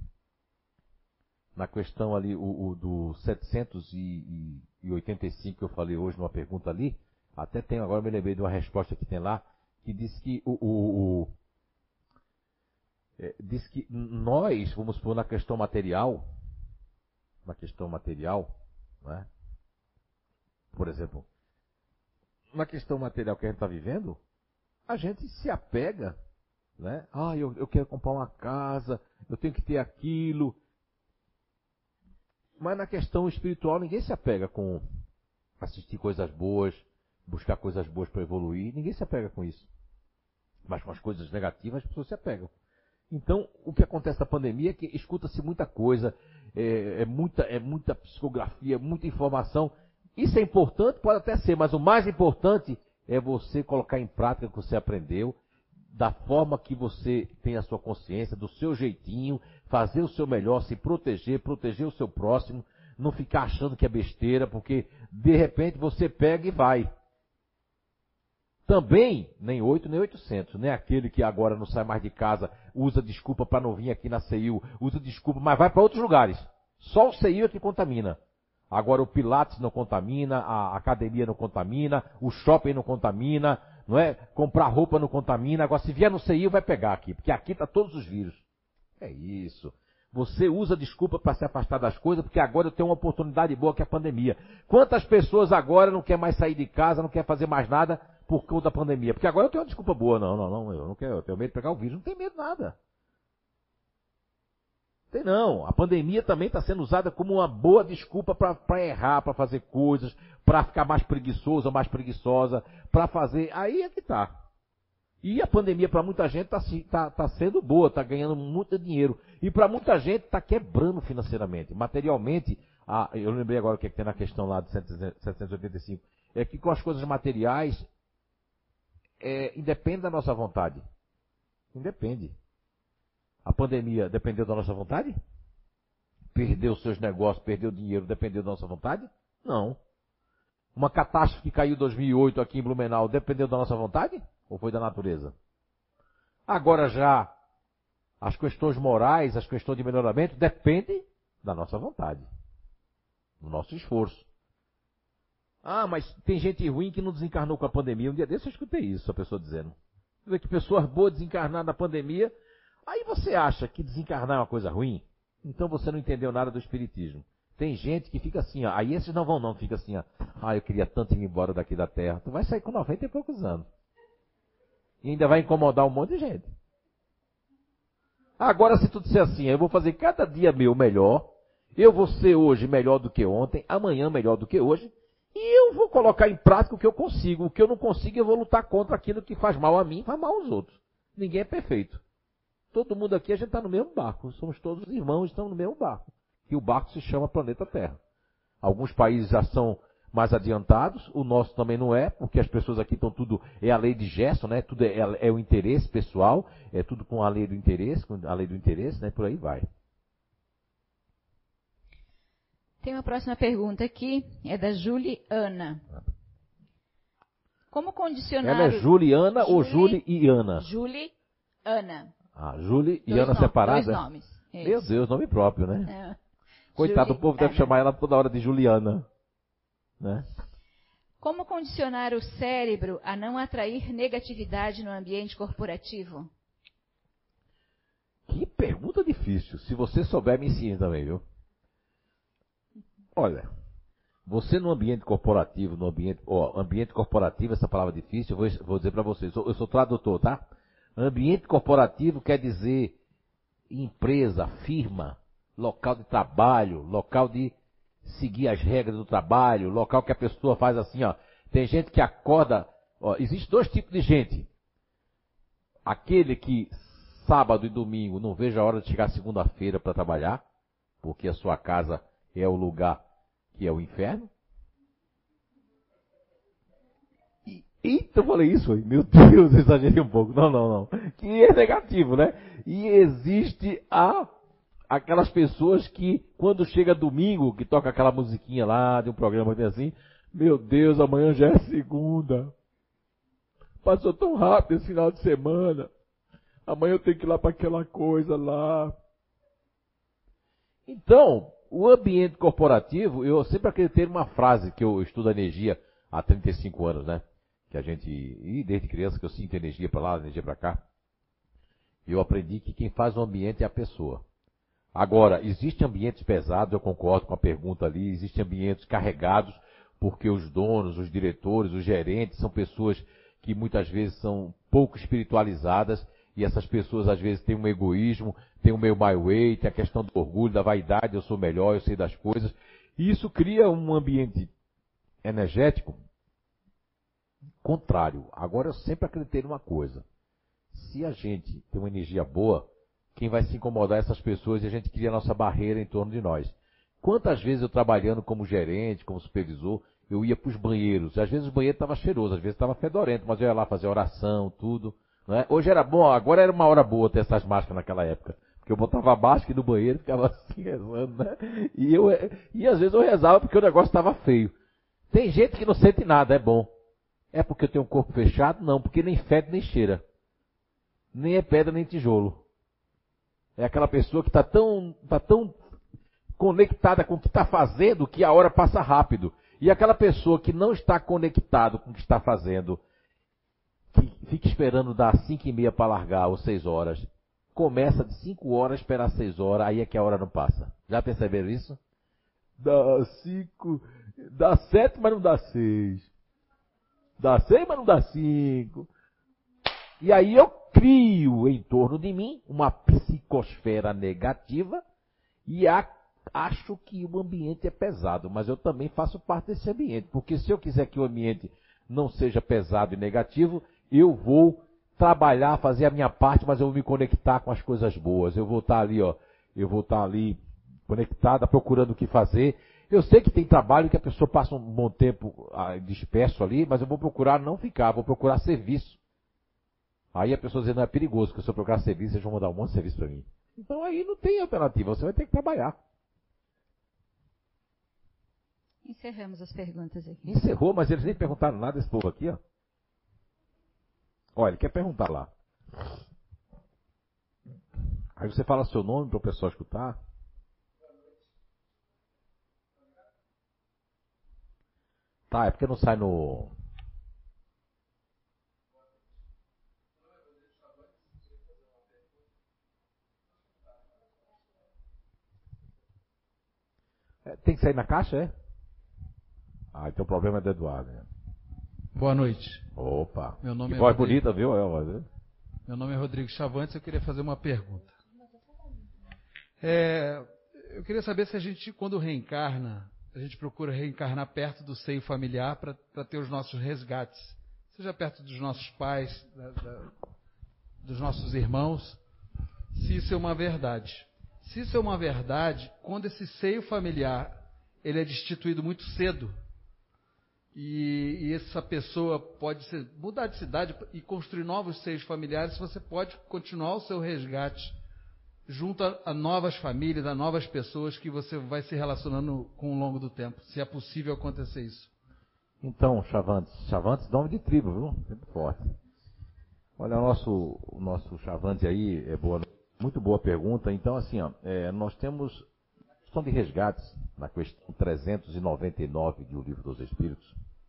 na questão ali o, o do setecentos e oitenta e cinco que eu falei hoje numa pergunta ali, até tem, agora me lembrei de uma resposta que tem lá, que diz que o, o, o é, diz que nós, vamos supor, na questão material, na questão material, né? Por exemplo, na questão material que a gente está vivendo, a gente se apega, né? Ah, eu, eu quero comprar uma casa, eu tenho que ter aquilo. Mas na questão espiritual, ninguém se apega com assistir coisas boas, buscar coisas boas para evoluir, ninguém se apega com isso. Mas com as coisas negativas, as pessoas se apegam. Então, o que acontece na pandemia é que escuta-se muita coisa, é, é, muita, é muita psicografia, muita informação. Isso é importante? Pode até ser, mas o mais importante é você colocar em prática o que você aprendeu, da forma que você tem a sua consciência, do seu jeitinho, fazer o seu melhor, se proteger, proteger o seu próximo, não ficar achando que é besteira, porque de repente você pega e vai. Também, nem oito, nem oitocentos, nem aquele que agora não sai mais de casa, usa desculpa para não vir aqui na C I U, usa desculpa, mas vai para outros lugares. Só o C I U é que contamina. Agora o Pilates não contamina, a academia não contamina, o shopping não contamina, não é? Comprar roupa não contamina. Agora se vier no C I U vai pegar aqui, porque aqui está todos os vírus. É isso. Você usa desculpa para se afastar das coisas, porque agora eu tenho uma oportunidade boa que é a pandemia. Quantas pessoas agora não querem mais sair de casa, não querem fazer mais nada por conta da pandemia? Porque agora eu tenho uma desculpa boa. Não, não, não, eu não quero, eu tenho medo de pegar o vírus. Não tem medo de nada. Tem não. A pandemia também está sendo usada como uma boa desculpa para errar, para fazer coisas, para ficar mais preguiçoso ou mais preguiçosa, para fazer... Aí é que está. E a pandemia para muita gente está tá, tá sendo boa, está ganhando muito dinheiro. E para muita gente está quebrando financeiramente. Materialmente, Ah, eu lembrei agora o que, é que tem na questão lá de setecentos e oitenta e cinco. É que com as coisas materiais, é, independe da nossa vontade. Independe. A pandemia dependeu da nossa vontade? Perdeu seus negócios, perdeu dinheiro, dependeu da nossa vontade? Não. Uma catástrofe que caiu em dois mil e oito aqui em Blumenau, dependeu da nossa vontade? Ou foi da natureza? Agora já, as questões morais, as questões de melhoramento, dependem da nossa vontade. Do nosso esforço. Ah, mas tem gente ruim que não desencarnou com a pandemia. Um dia desse eu escutei isso, a pessoa dizendo. Você vê que pessoas boas desencarnaram na pandemia. Aí você acha que desencarnar é uma coisa ruim? Então você não entendeu nada do espiritismo. Tem gente que fica assim, ó. Aí esses não vão não, fica assim, ó. Ah, eu queria tanto ir embora daqui da Terra. Tu vai sair com noventa e poucos anos. E ainda vai incomodar um monte de gente. Agora se tu disser assim, eu vou fazer cada dia meu melhor. Eu vou ser hoje melhor do que ontem, amanhã melhor do que hoje, e eu vou colocar em prática o que eu consigo. O que eu não consigo, eu vou lutar contra aquilo que faz mal a mim e faz mal aos outros. Ninguém é perfeito. Todo mundo aqui, a gente está no mesmo barco. Somos todos irmãos, estamos no mesmo barco. E o barco se chama planeta Terra. Alguns países já são mais adiantados, o nosso também não é, porque as pessoas aqui estão tudo, é a lei de Gerson, né? Tudo é, é, é o interesse pessoal, é tudo com a lei do interesse, com a lei do interesse, né? Por aí vai. Tem uma próxima pergunta aqui, é da Juliana. Como condicionar... Ela é Juliana Julie, ou Juliana? Juliana. Ah, Julie e Dois Ana nomes, separada? Dois nomes. Meu Isso. Deus, nome próprio, né? É. Coitado, o povo deve Juliana. chamar ela toda hora de Juliana. Né? Como condicionar o cérebro a não atrair negatividade no ambiente corporativo? Que pergunta difícil. Se você souber, me ensine também, viu? Olha, você no ambiente corporativo, no ambiente, ó, ambiente corporativo, essa palavra difícil, eu vou, vou dizer para vocês, eu sou tradutor, tá? Ambiente corporativo quer dizer empresa, firma, local de trabalho, local de seguir as regras do trabalho, local que a pessoa faz assim, ó. Tem gente que acorda, ó, existe dois tipos de gente. Aquele que sábado e domingo não veja a hora de chegar segunda-feira para trabalhar, porque a sua casa é o lugar que é o inferno. E, eita, eu falei isso aí. Meu Deus, exagerei um pouco. Não, não, não. Que é negativo, né? E existe a, aquelas pessoas que, quando chega domingo, que toca aquela musiquinha lá, de um programa assim, meu Deus, amanhã já é segunda. Passou tão rápido esse final de semana. Amanhã eu tenho que ir lá para aquela coisa lá. Então, o ambiente corporativo, eu sempre acreditei numa frase que eu estudo energia há trinta e cinco anos, né? Que a gente, e desde criança que eu sinto energia para lá, energia para cá. Eu aprendi que quem faz o ambiente é a pessoa. Agora, existem ambientes pesados, eu concordo com a pergunta ali, existem ambientes carregados, porque os donos, os diretores, os gerentes são pessoas que muitas vezes são pouco espiritualizadas, e essas pessoas às vezes têm um egoísmo, têm o meu my way, tem a questão do orgulho, da vaidade, eu sou melhor, eu sei das coisas. E isso cria um ambiente energético contrário. Agora eu sempre acreditei numa coisa. Se a gente tem uma energia boa, quem vai se incomodar é essas pessoas e a gente cria a nossa barreira em torno de nós. Quantas vezes eu trabalhando como gerente, como supervisor, eu ia para os banheiros. Às vezes o banheiro estava cheiroso, às vezes estava fedorento, mas eu ia lá fazer oração, tudo. Não é? Hoje era bom, agora era uma hora boa ter essas máscaras naquela época. Porque eu botava a máscara no banheiro e ficava assim rezando, né? E, eu, e às vezes eu rezava porque o negócio estava feio. Tem gente que não sente nada, é bom. É porque eu tenho um corpo fechado? Não, porque nem fede nem cheira. Nem é pedra nem tijolo. É aquela pessoa que está tão, tá tão conectada com o que está fazendo que a hora passa rápido. E aquela pessoa que não está conectada com o que está fazendo, que fica esperando dar cinco e meia para largar, ou seis horas, começa de cinco horas a esperar seis horas, aí é que a hora não passa. Já perceberam isso? Dá cinco, dá sete, mas não dá seis. Dá seis, mas não dá cinco. E aí eu crio em torno de mim uma psicosfera negativa e a, acho que o ambiente é pesado, mas eu também faço parte desse ambiente, porque se eu quiser que o ambiente não seja pesado e negativo, eu vou trabalhar, fazer a minha parte, mas eu vou me conectar com as coisas boas. Eu vou estar ali, ó, eu vou estar ali conectada, procurando o que fazer. Eu sei que tem trabalho que a pessoa passa um bom tempo ah, disperso ali, mas eu vou procurar não ficar, vou procurar serviço. Aí a pessoa diz, não, é perigoso, porque se eu procurar serviço, eles vão mandar um monte de serviço para mim. Então aí não tem alternativa, você vai ter que trabalhar. Encerramos as perguntas aqui. Encerrou, mas eles nem perguntaram nada, esse povo aqui, ó. Olha, ele quer perguntar lá. Aí você fala seu nome para o pessoal escutar. Tá, é porque não sai no... É, tem que sair na caixa, é? Ah, então o problema é do Eduardo, né? Boa noite. Opa, Meu nome que é voz Rodrigo. bonita, viu? É, Meu nome é Rodrigo Chavantes, eu queria fazer uma pergunta. É, eu queria saber se a gente, quando reencarna, a gente procura reencarnar perto do seio familiar para ter os nossos resgates. Seja perto dos nossos pais, da, da, dos nossos irmãos, se isso é uma verdade. Se isso é uma verdade, quando esse seio familiar ele é destituído muito cedo, e, e essa pessoa pode ser, mudar de cidade e construir novos seios familiares, você pode continuar o seu resgate junto a, a novas famílias, a novas pessoas que você vai se relacionando com ao longo do tempo, se é possível acontecer isso. Então, Chavantes, Chavantes, nome de tribo, viu? Sempre forte. Olha, o nosso, o nosso Chavante aí, é boa, muito boa pergunta. Então, assim, ó, é, nós temos questão de resgates, na questão trezentos e noventa e nove do Livro dos Espíritos.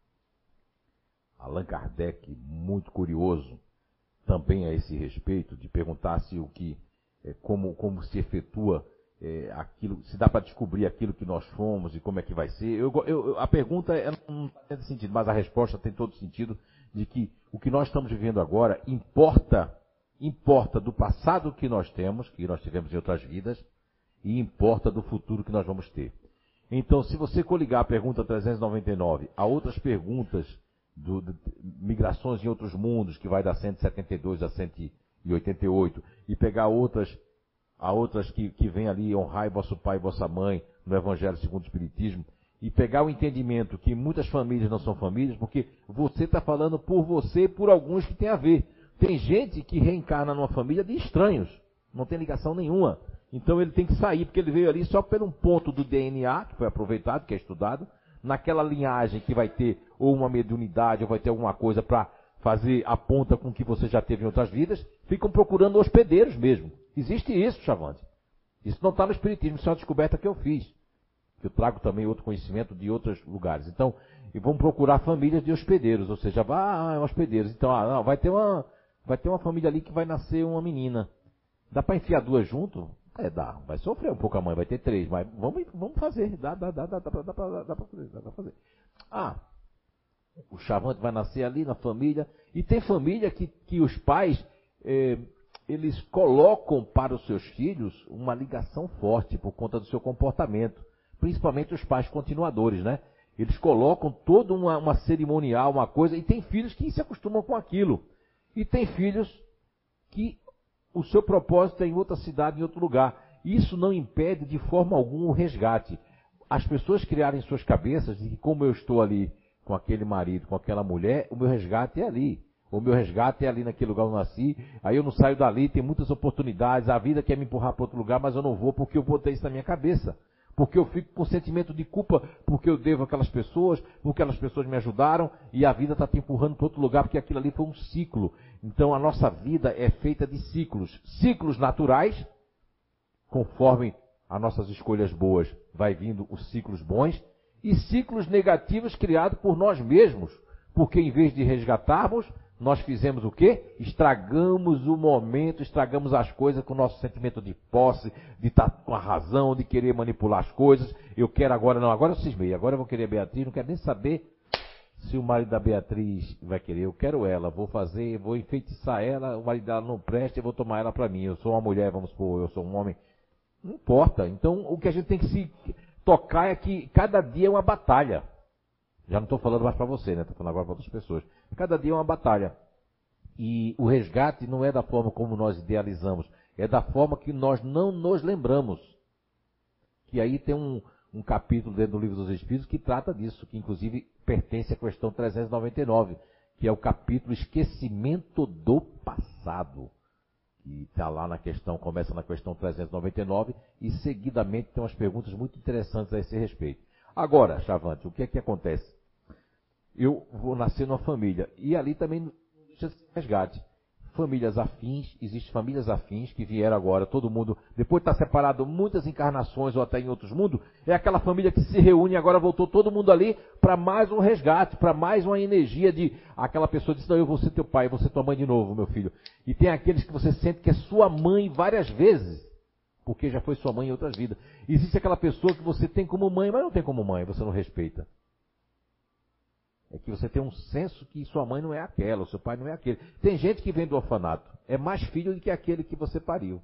Allan Kardec, muito curioso também a esse respeito, de perguntar se o que, é, como, como se efetua é, aquilo, se dá para descobrir aquilo que nós fomos e como é que vai ser. Eu, eu, a pergunta é, não tem sentido, mas a resposta tem todo sentido, de que o que nós estamos vivendo agora importa, importa do passado que nós temos, que nós tivemos em outras vidas, e importa do futuro que nós vamos ter. Então, se você coligar a pergunta trezentos e noventa e nove a outras perguntas do, de migrações em outros mundos, que vai da cento e setenta e dois a cento e oitenta e oito, e pegar outras, a outras que, que vem ali, honrai vosso pai e vossa mãe, no Evangelho segundo o Espiritismo, e pegar o entendimento que muitas famílias não são famílias, porque você está falando por você e por alguns que tem a ver. Tem gente que reencarna numa família de estranhos, não tem ligação nenhuma. Então ele tem que sair, porque ele veio ali só por um ponto do D N A, que foi aproveitado, que é estudado, naquela linhagem que vai ter ou uma mediunidade, ou vai ter alguma coisa para fazer a ponta com que você já teve em outras vidas, ficam procurando hospedeiros mesmo. Existe isso, Chavante. Isso não está no Espiritismo, isso é uma descoberta que eu fiz. Eu trago também outro conhecimento de outros lugares. Então, e vão procurar famílias de hospedeiros, ou seja, ah, hospedeiros. Então, ah, não, vai ter uma, vai ter uma família ali que vai nascer uma menina. Dá para enfiar duas junto? É, dá. Vai sofrer um pouco a mãe, vai ter três, mas vamos, vamos fazer. Dá, dá, dá, dá, dá, dá, dá, dá, dá para fazer, dá para fazer. Ah, o Chavante vai nascer ali na família. E tem família que, que os pais, eh, eles colocam para os seus filhos uma ligação forte por conta do seu comportamento. Principalmente os pais continuadores, né? Eles colocam toda uma, uma cerimonial, uma coisa, e tem filhos que se acostumam com aquilo. E tem filhos que o seu propósito é em outra cidade, em outro lugar. Isso não impede de forma alguma o resgate. As pessoas criarem suas cabeças de que como eu estou ali com aquele marido, com aquela mulher, o meu resgate é ali. O meu resgate é ali naquele lugar onde eu nasci, aí eu não saio dali, tem muitas oportunidades, a vida quer me empurrar para outro lugar, mas eu não vou porque eu botei isso na minha cabeça. Porque eu fico com sentimento de culpa, porque eu devo aquelas pessoas, porque aquelas pessoas me ajudaram, e a vida está te empurrando para outro lugar, porque aquilo ali foi um ciclo. Então a nossa vida é feita de ciclos. Ciclos naturais, conforme as nossas escolhas boas, vai vindo os ciclos bons, e ciclos negativos criados por nós mesmos. Porque em vez de resgatarmos, nós fizemos o quê? Estragamos o momento, estragamos as coisas com o nosso sentimento de posse, de estar com a razão, de querer manipular as coisas. Eu quero agora, não, agora eu cismei, agora eu vou querer a Beatriz, não quero nem saber se o marido da Beatriz vai querer. Eu quero ela, vou fazer, vou enfeitiçar ela, o marido dela não presta, eu vou tomar ela para mim. Eu sou uma mulher, vamos supor, eu sou um homem. Não importa. Então o que a gente tem que se tocar é que cada dia é uma batalha. Já não estou falando mais para você, né? Estou falando agora para outras pessoas. Cada dia é uma batalha. E o resgate não é da forma como nós idealizamos. É da forma que nós não nos lembramos. Que aí tem um, um capítulo dentro do Livro dos Espíritos que trata disso, que inclusive pertence à questão trezentos e noventa e nove, que é o capítulo Esquecimento do Passado. Que está lá na questão, começa na questão trezentos e noventa e nove e seguidamente tem umas perguntas muito interessantes a esse respeito. Agora, Chavante, o que é que acontece? Eu vou nascer numa família e ali também não deixa de ser resgate. Famílias afins, existem famílias afins que vieram agora, todo mundo, depois de estar separado muitas encarnações ou até em outros mundos, é aquela família que se reúne e agora voltou todo mundo ali para mais um resgate, para mais uma energia de, aquela pessoa disse, não, eu vou ser teu pai, eu vou ser tua mãe de novo, meu filho. E tem aqueles que você sente que é sua mãe várias vezes, porque já foi sua mãe em outras vidas. Existe aquela pessoa que você tem como mãe, mas não tem como mãe, você não respeita. É que você tem um senso que sua mãe não é aquela, o seu pai não é aquele. Tem gente que vem do orfanato, é mais filho do que aquele que você pariu.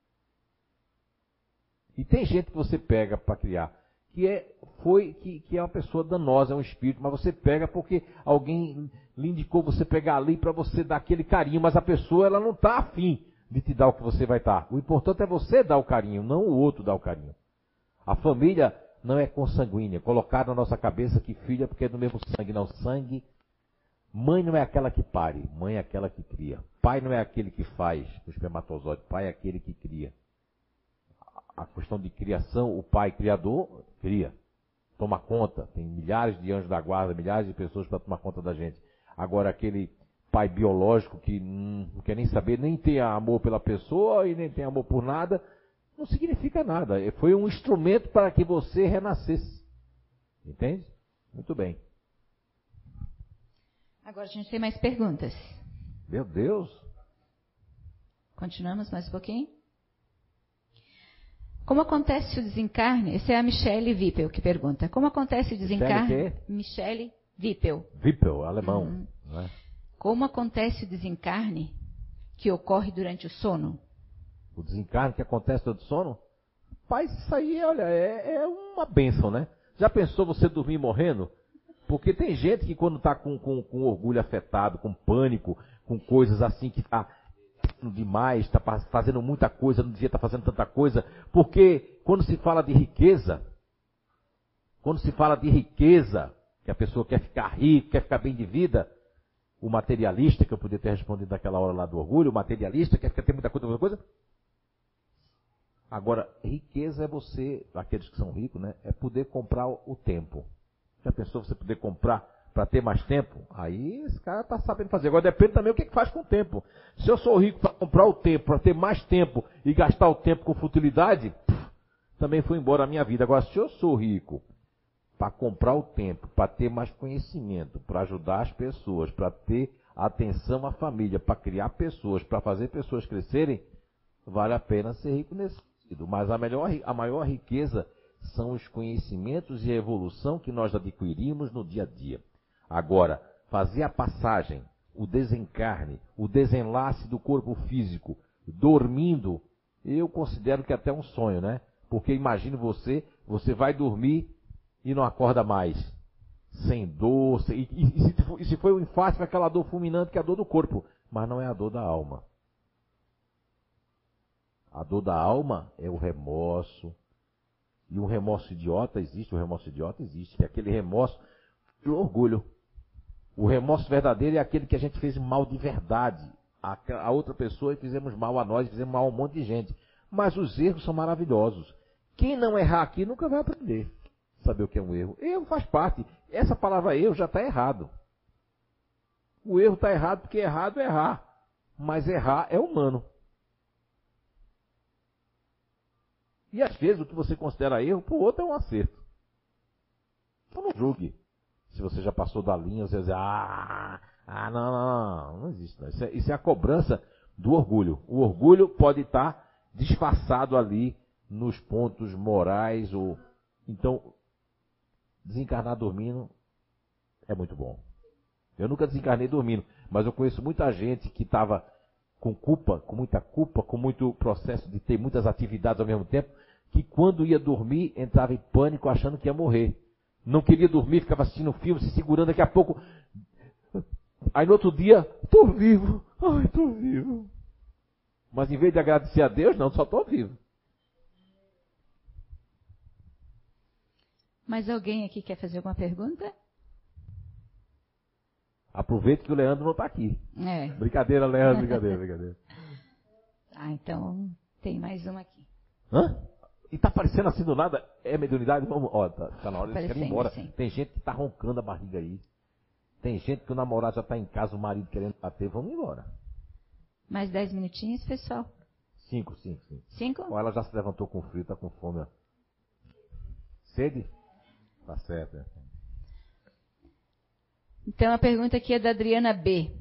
E tem gente que você pega para criar, que é, foi, que, que é uma pessoa danosa, é um espírito, mas você pega porque alguém lhe indicou você pegar ali para você dar aquele carinho, mas a pessoa ela não está afim de te dar o que você vai estar. O importante é você dar o carinho, não o outro dar o carinho. A família não é consanguínea. Colocar na nossa cabeça que filho é porque é do mesmo sangue. Não, sangue. Mãe não é aquela que pare. Mãe é aquela que cria. Pai não é aquele que faz o espermatozoide. Pai é aquele que cria. A questão de criação, o pai criador cria. Toma conta. Tem milhares de anjos da guarda, milhares de pessoas para tomar conta da gente. Agora aquele pai biológico que não quer nem saber, nem tem amor pela pessoa e nem tem amor por nada, não significa nada. Foi um instrumento para que você renascesse. Entende? Muito bem. Agora a gente tem mais perguntas. Meu Deus. Continuamos mais um pouquinho? Como acontece o desencarne? Essa é a Michele Wippel que pergunta. Como acontece o desencarne? Michele Wippel. Wippel, alemão. Uhum. Não é? Como acontece o desencarne que ocorre durante o sono? O desencarne que acontece durante o sono? Pai, isso aí, olha, é, é uma bênção, né? Já pensou você dormir morrendo? Porque tem gente que quando está com, com, com orgulho afetado, com pânico, com coisas assim que está demais, está fazendo muita coisa, não devia estar fazendo tanta coisa, porque quando se fala de riqueza, quando se fala de riqueza, que a pessoa quer ficar rica, quer ficar bem de vida, o materialista, que eu podia ter respondido naquela hora lá do orgulho, o materialista quer ficar ter muita coisa, muita coisa. Agora, riqueza é você, aqueles que são ricos, né? É poder comprar o tempo. Já pensou você poder comprar para ter mais tempo? Aí esse cara está sabendo fazer. Agora depende também o que, que faz com o tempo. Se eu sou rico para comprar o tempo, para ter mais tempo e gastar o tempo com futilidade, pff, também foi embora a minha vida. Agora, se eu sou rico para comprar o tempo, para ter mais conhecimento, para ajudar as pessoas, para ter atenção à família, para criar pessoas, para fazer pessoas crescerem, vale a pena ser rico nesse sentido. Mas a, melhor, a maior riqueza são os conhecimentos e a evolução que nós adquirimos no dia a dia. Agora, fazer a passagem, o desencarne, o desenlace do corpo físico, dormindo, eu considero que é até um sonho, né? Porque imagine você, você vai dormir e não acorda mais. Sem dor, sem, e, e, e, se, e se foi um infarto, foi aquela dor fulminante que é a dor do corpo, mas não é a dor da alma. A dor da alma é o remorso. E um remorso idiota existe, o remorso idiota existe, que é aquele remorso de orgulho. O remorso verdadeiro é aquele que a gente fez mal de verdade a, a outra pessoa e fizemos mal a nós, fizemos mal a um monte de gente. Mas os erros são maravilhosos. Quem não errar aqui nunca vai aprender. Saber o que é um erro. Erro faz parte. Essa palavra erro já está errado. O erro está errado porque errado é errar. Mas errar é humano. E às vezes o que você considera erro, para o outro é um acerto. Então não julgue. Se você já passou da linha, você vai dizer, ah, ah não, não, não, não existe. Não. Isso, é, isso é a cobrança do orgulho. O orgulho pode estar disfarçado ali nos pontos morais. Ou... Então, desencarnar dormindo é muito bom. Eu nunca desencarnei dormindo, mas eu conheço muita gente que estava com culpa, com muita culpa, com muito processo de ter muitas atividades ao mesmo tempo, que quando ia dormir entrava em pânico achando que ia morrer. Não queria dormir, ficava assistindo filme, se segurando, daqui a pouco... Aí no outro dia, estou vivo, ai, estou vivo. Mas em vez de agradecer a Deus, não, só estou vivo. Mais alguém aqui quer fazer alguma pergunta? Aproveite que o Leandro não está aqui. É. Brincadeira, Leandro, brincadeira, brincadeira. Ah, então tem mais uma aqui. Hã? E tá parecendo assim do nada? É mediunidade? Vamos, ó, tá, tá na hora de Parecendo, ir embora. sim. Tem gente que tá roncando a barriga aí. Tem gente que o namorado já tá em casa, o marido querendo bater. Vamos embora. Mais dez minutinhos, pessoal. Cinco, cinco, cinco. Cinco? Ó, ela já se levantou com frio, tá com fome, ó. Sede? Tá certo, é. Então a pergunta aqui é da Adriana B.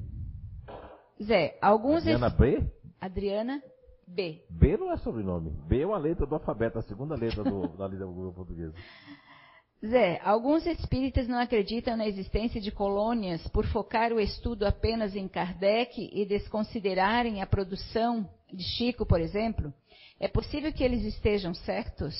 Zé, alguns... Adriana es- B? Adriana B. B não é sobrenome. B é uma letra do alfabeto, a segunda letra do, da língua portuguesa. Zé, alguns espíritas não acreditam na existência de colônias por focar o estudo apenas em Kardec e desconsiderarem a produção de Chico, por exemplo. É possível que eles estejam certos?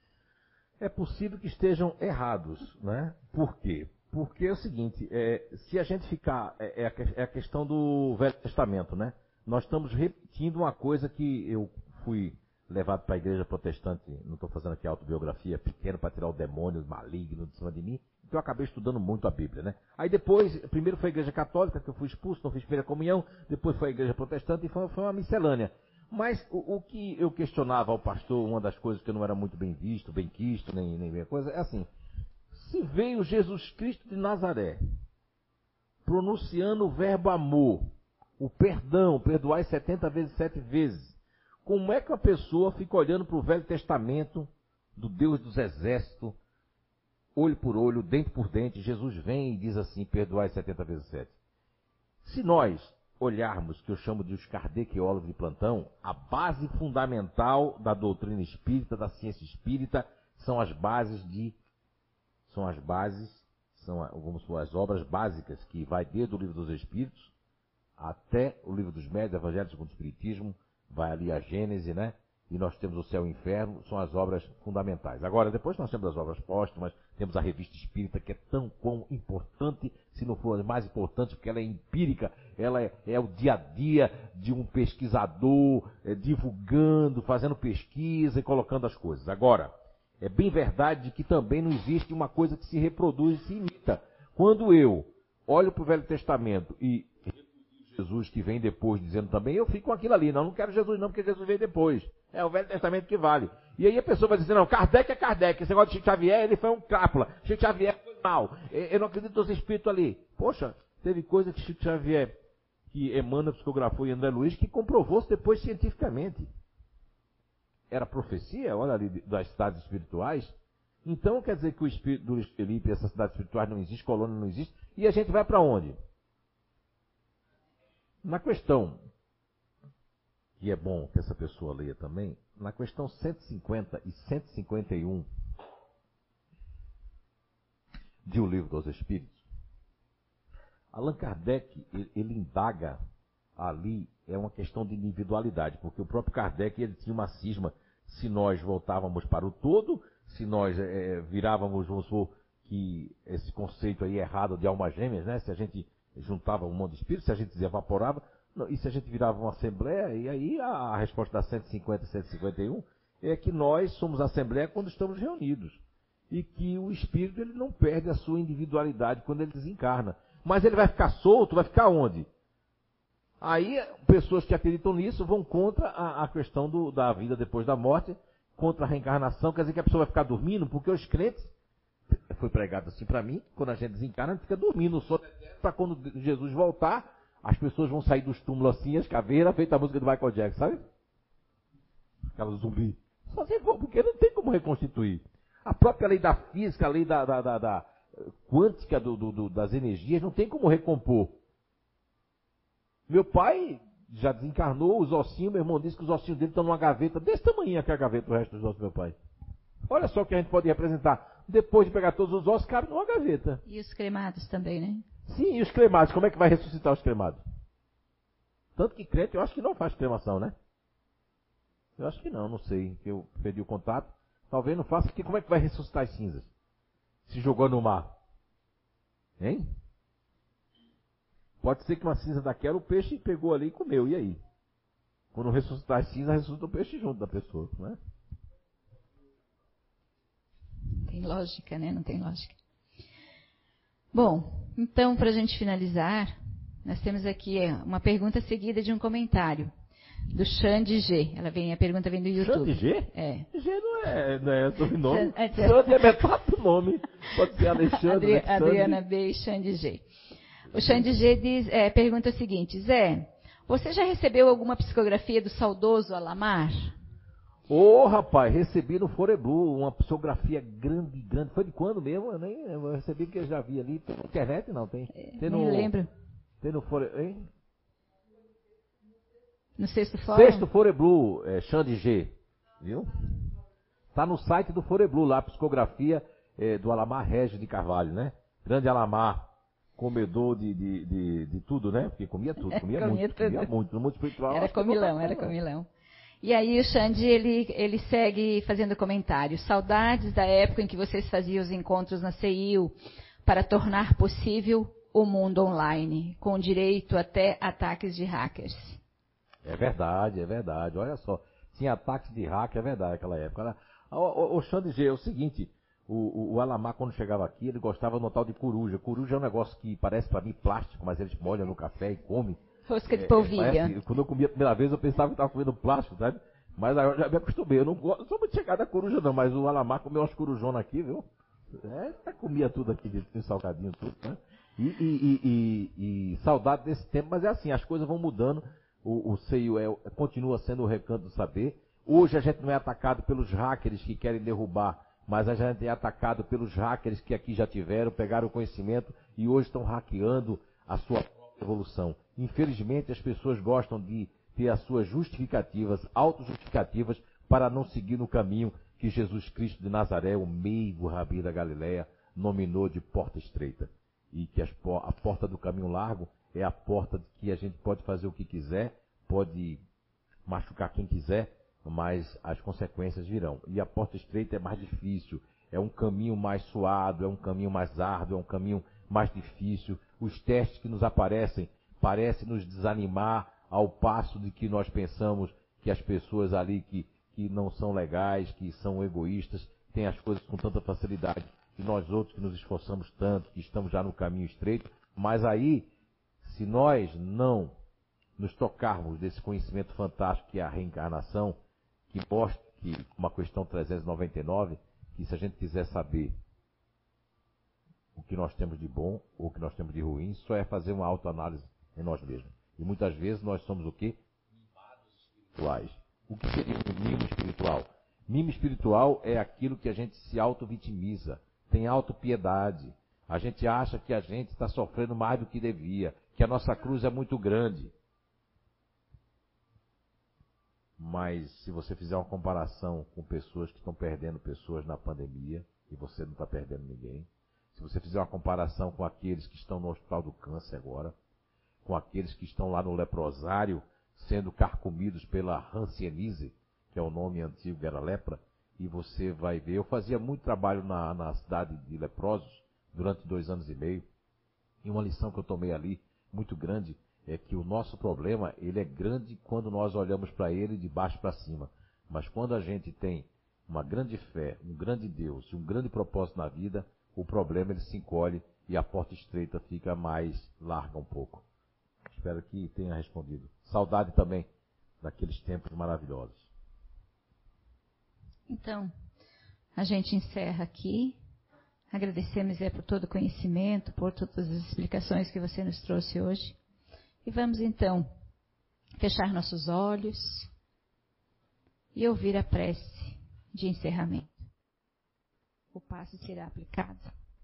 É possível que estejam errados, né? Por quê? Porque é o seguinte, é, se a gente ficar... É, é, a, é a questão do Velho Testamento, né? Nós estamos repetindo uma coisa que eu fui levado para a igreja protestante, não estou fazendo aqui autobiografia pequena para tirar o demônio maligno de cima de mim, então eu acabei estudando muito a Bíblia, né? Aí depois, primeiro foi a igreja católica, que eu fui expulso, não fiz primeira comunhão, depois foi a igreja protestante e foi, foi uma miscelânea. Mas o, o que eu questionava ao pastor, uma das coisas que eu não era muito bem visto, bem quisto, nem, nem bem coisa, é assim, se veio Jesus Cristo de Nazaré, pronunciando o verbo amor, o perdão, perdoai setenta vezes, sete vezes, como é que uma pessoa fica olhando para o Velho Testamento do Deus dos Exércitos, olho por olho, dente por dente, Jesus vem e diz assim, perdoai setenta vezes sete. Se nós olharmos, que eu chamo de os kardecólogos de plantão, a base fundamental da doutrina espírita, da ciência espírita, são as bases de... São as bases, são, vamos supor, as obras básicas, que vai desde o Livro dos Espíritos até o Livro dos Médios, Evangelho segundo o Espiritismo, vai ali a Gênese, né? E nós temos o Céu e o Inferno, são as obras fundamentais. Agora, depois nós temos as obras póstumas, temos a Revista Espírita, que é tão quão importante, se não for a mais importante, porque ela é empírica, ela é, é o dia a dia de um pesquisador, é, divulgando, fazendo pesquisa e colocando as coisas. Agora, é bem verdade que também não existe uma coisa que se reproduz e se imita. Quando eu olho para o Velho Testamento e Jesus que vem depois dizendo também, eu fico com aquilo ali. Não, não quero Jesus não, porque Jesus veio depois. É o Velho Testamento que vale. E aí a pessoa vai dizer, não, Kardec é Kardec. Esse negócio de Chico Xavier, ele foi um crápula. Chico Xavier foi mal. Eu não acredito nos espíritos ali. Poxa, teve coisa que Chico Xavier, que Emmanuel psicografou e André Luiz, que comprovou-se depois cientificamente. Era profecia, olha ali, das cidades espirituais. Então quer dizer que o espírito do Luiz Felipe, essas cidades espirituais não existem, colônia não existe. E a gente vai para onde? Na questão, que é bom que essa pessoa leia também, na questão cento e cinquenta e cento e cinquenta e um de O Livro dos Espíritos, Allan Kardec, ele, ele indaga ali, é uma questão de individualidade, porque o próprio Kardec ele tinha uma cisma, se nós voltávamos para o todo, se nós é, virávamos, vamos supor, que esse conceito aí errado de almas gêmeas, né? Se a gente juntava um monte de espíritos, se a gente desevaporava, não, e se a gente virava uma assembleia, e aí a, a resposta da cento e cinquenta e cento e cinquenta e um é que nós somos assembleia quando estamos reunidos. E que o espírito ele não perde a sua individualidade quando ele desencarna. Mas ele vai ficar solto, vai ficar onde? Aí, pessoas que acreditam nisso vão contra a, a questão do, da vida depois da morte, contra a reencarnação, quer dizer que a pessoa vai ficar dormindo, porque os crentes, foi pregado assim para mim, quando a gente desencarna, a gente fica dormindo, só para quando Jesus voltar, as pessoas vão sair dos túmulos assim, as caveiras, feita a música do Michael Jackson, sabe? Aquela zumbi. Só se for, porque não tem como reconstituir. A própria lei da física, a lei da, da, da, da quântica do, do, do, das energias, não tem como recompor. Meu pai já desencarnou, os ossinhos, meu irmão disse que os ossinhos dele estão numa gaveta, desse tamanho que é a gaveta, o resto dos ossos do meu pai. Olha só o que a gente pode representar. Depois de pegar todos os ossos, cabe numa gaveta. E os cremados também, né? Sim, e os cremados, como é que vai ressuscitar os cremados? Tanto que crente, eu acho que não faz cremação, né? Eu acho que não, não sei, que eu perdi o contato. Talvez não faça, porque como é que vai ressuscitar as cinzas? Se jogou no mar. Hein? Pode ser que uma cinza daquela, o peixe pegou ali e comeu, e aí? Quando ressuscitar as cinzas, ressuscita o peixe junto da pessoa, não é? Tem lógica, né? Não tem lógica. Bom, então, para a gente finalizar, nós temos aqui uma pergunta seguida de um comentário do Xande G. Ela vem, a pergunta vem do YouTube. Xande G? É. G não é, não é sobrenome. Xande- Xande é metade do nome. Pode ser Alexandre. Adri- Alexandre. Adriana B. e Xande G. O Xande G diz, é, pergunta o seguinte: Zé, você já recebeu alguma psicografia do saudoso Alamar? Ô, rapaz, recebi no Foreblu uma psicografia grande, grande. Foi de quando mesmo? Eu nem eu recebi porque eu já vi ali. Tem na internet, não? Tem, tem Nem no, lembro. Tem no Foreblu, hein? No sexto fórum? Sexto Foreblu, é, Xande G. Viu? Tá no site do Foreblu lá, a psicografia é, do Alamar Regis de Carvalho, né? Grande Alamar, comedor de, de, de, de tudo, né? Porque comia tudo, comia, Comia muito, tudo. comia muito. No mundo espiritual. Era acho que comilão, não- era comilão. E aí o Xande, ele, ele segue fazendo comentários. Saudades da época em que vocês faziam os encontros na C I U para tornar possível o mundo online, com direito até ataques de hackers. É verdade, é verdade. Olha só, tinha ataques de hack, é verdade, naquela época. Era... O, o, o Xande G, é o seguinte, o, o, o Alamar, quando chegava aqui, ele gostava no tal de coruja. Coruja é um negócio que parece para mim plástico, mas eles molham no café e comem. Rosca de É, polvilha. parece- quando eu comia a primeira vez, eu pensava que estava comendo plástico, sabe? Mas aí eu já me acostumei. Eu não gosto, não sou muito chegado a coruja, não, mas o Alamar comeu umas corujonas aqui, viu? É, comia tudo aqui, de, de salgadinho, tudo, né? E, e, e, e, e saudade desse tempo, mas é assim, as coisas vão mudando. O, o C I U é, continua sendo o recanto do saber. Hoje a gente não é atacado pelos hackers que querem derrubar, mas a gente é atacado pelos hackers que aqui já tiveram, pegaram o conhecimento e hoje estão hackeando a sua própria evolução. Infelizmente, as pessoas gostam de ter as suas justificativas, autojustificativas, para não seguir no caminho que Jesus Cristo de Nazaré, o meigo rabi da Galileia, nominou de porta estreita. E que as, a porta do caminho largo é a porta que a gente pode fazer o que quiser, pode machucar quem quiser, mas as consequências virão. E a porta estreita é mais difícil, é um caminho mais suado, é um caminho mais árduo, é um caminho mais difícil. Os testes que nos aparecem parecem nos desanimar, ao passo de que nós pensamos que as pessoas ali que, que não são legais, que são egoístas, têm as coisas com tanta facilidade, e nós outros que nos esforçamos tanto, que estamos já no caminho estreito. Mas aí, se nós não nos tocarmos desse conhecimento fantástico que é a reencarnação, que mostra que, uma questão trezentos e noventa e nove, que se a gente quiser saber o que nós temos de bom ou o que nós temos de ruim, só é fazer uma autoanálise em nós mesmos. E muitas vezes nós somos o quê? Mimados espirituais. O que seria um mimo espiritual? Mimo espiritual é aquilo que a gente se auto-vitimiza, tem autopiedade. A gente acha que a gente está sofrendo mais do que devia, que a nossa cruz é muito grande. Mas se você fizer uma comparação com pessoas que estão perdendo pessoas na pandemia, e você não está perdendo ninguém, se você fizer uma comparação com aqueles que estão no hospital do câncer agora, com aqueles que estão lá no leprosário, sendo carcomidos pela hanseníase, que é o nome antigo que era lepra, e você vai ver. Eu fazia muito trabalho na, na cidade de leprosos durante dois anos e meio, e uma lição que eu tomei ali, muito grande, é que o nosso problema, ele é grande quando nós olhamos para ele de baixo para cima. Mas quando a gente tem uma grande fé, um grande Deus e um grande propósito na vida, o problema ele se encolhe e a porta estreita fica mais larga um pouco. Espero que tenha respondido. Saudade também daqueles tempos maravilhosos. Então, a gente encerra aqui. Agradecemos é, por todo o conhecimento, por todas as explicações que você nos trouxe hoje. E vamos então fechar nossos olhos e ouvir a prece de encerramento. O passe será aplicado.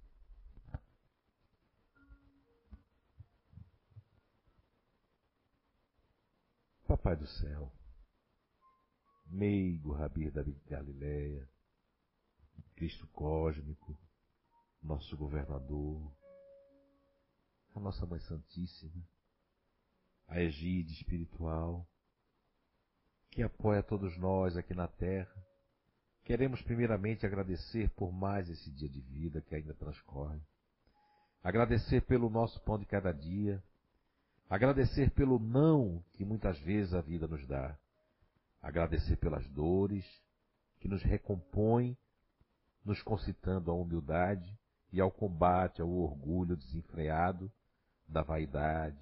Papai do céu, meigo rabi da Galileia, Cristo cósmico, nosso governador, a nossa Mãe Santíssima, a egíde espiritual, que apoia todos nós aqui na Terra, queremos primeiramente agradecer por mais esse dia de vida que ainda transcorre, agradecer pelo nosso pão de cada dia, agradecer pelo não que muitas vezes a vida nos dá, agradecer pelas dores que nos recompõem nos concitando à humildade e ao combate ao orgulho desenfreado da vaidade,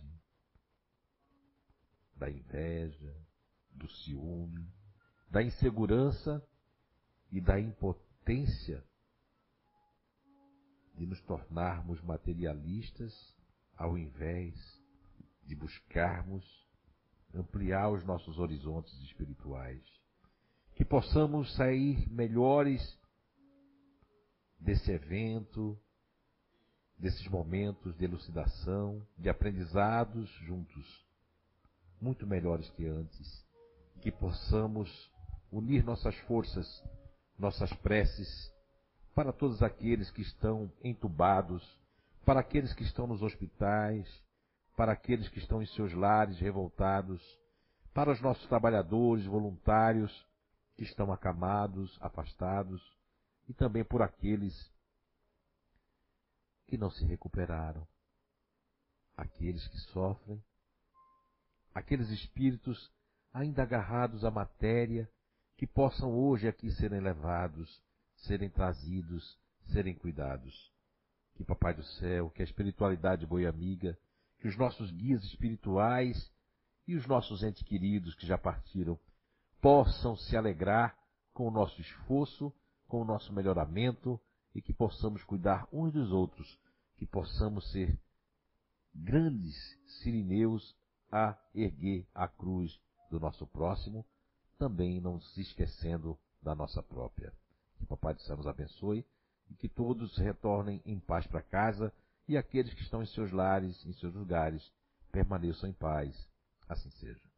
da inveja, do ciúme, da insegurança e da impotência de nos tornarmos materialistas ao invés de buscarmos ampliar os nossos horizontes espirituais. Que possamos sair melhores desse evento, desses momentos de elucidação, de aprendizados juntos, muito melhores que antes. Que possamos unir nossas forças, nossas preces, para todos aqueles que estão entubados, para aqueles que estão nos hospitais, para aqueles que estão em seus lares revoltados, para os nossos trabalhadores voluntários que estão acamados, afastados, e também por aqueles que não se recuperaram, aqueles que sofrem, aqueles espíritos ainda agarrados à matéria, que possam hoje aqui serem levados, serem trazidos, serem cuidados. Que Papai do Céu, que a espiritualidade boa e amiga, que os nossos guias espirituais e os nossos entes queridos que já partiram possam se alegrar com o nosso esforço, com o nosso melhoramento, e que possamos cuidar uns dos outros, que possamos ser grandes sirineus a erguer a cruz do nosso próximo, também não se esquecendo da nossa própria. Que Papai do Céu nos abençoe e que todos retornem em paz para casa e aqueles que estão em seus lares, em seus lugares, permaneçam em paz. Assim seja.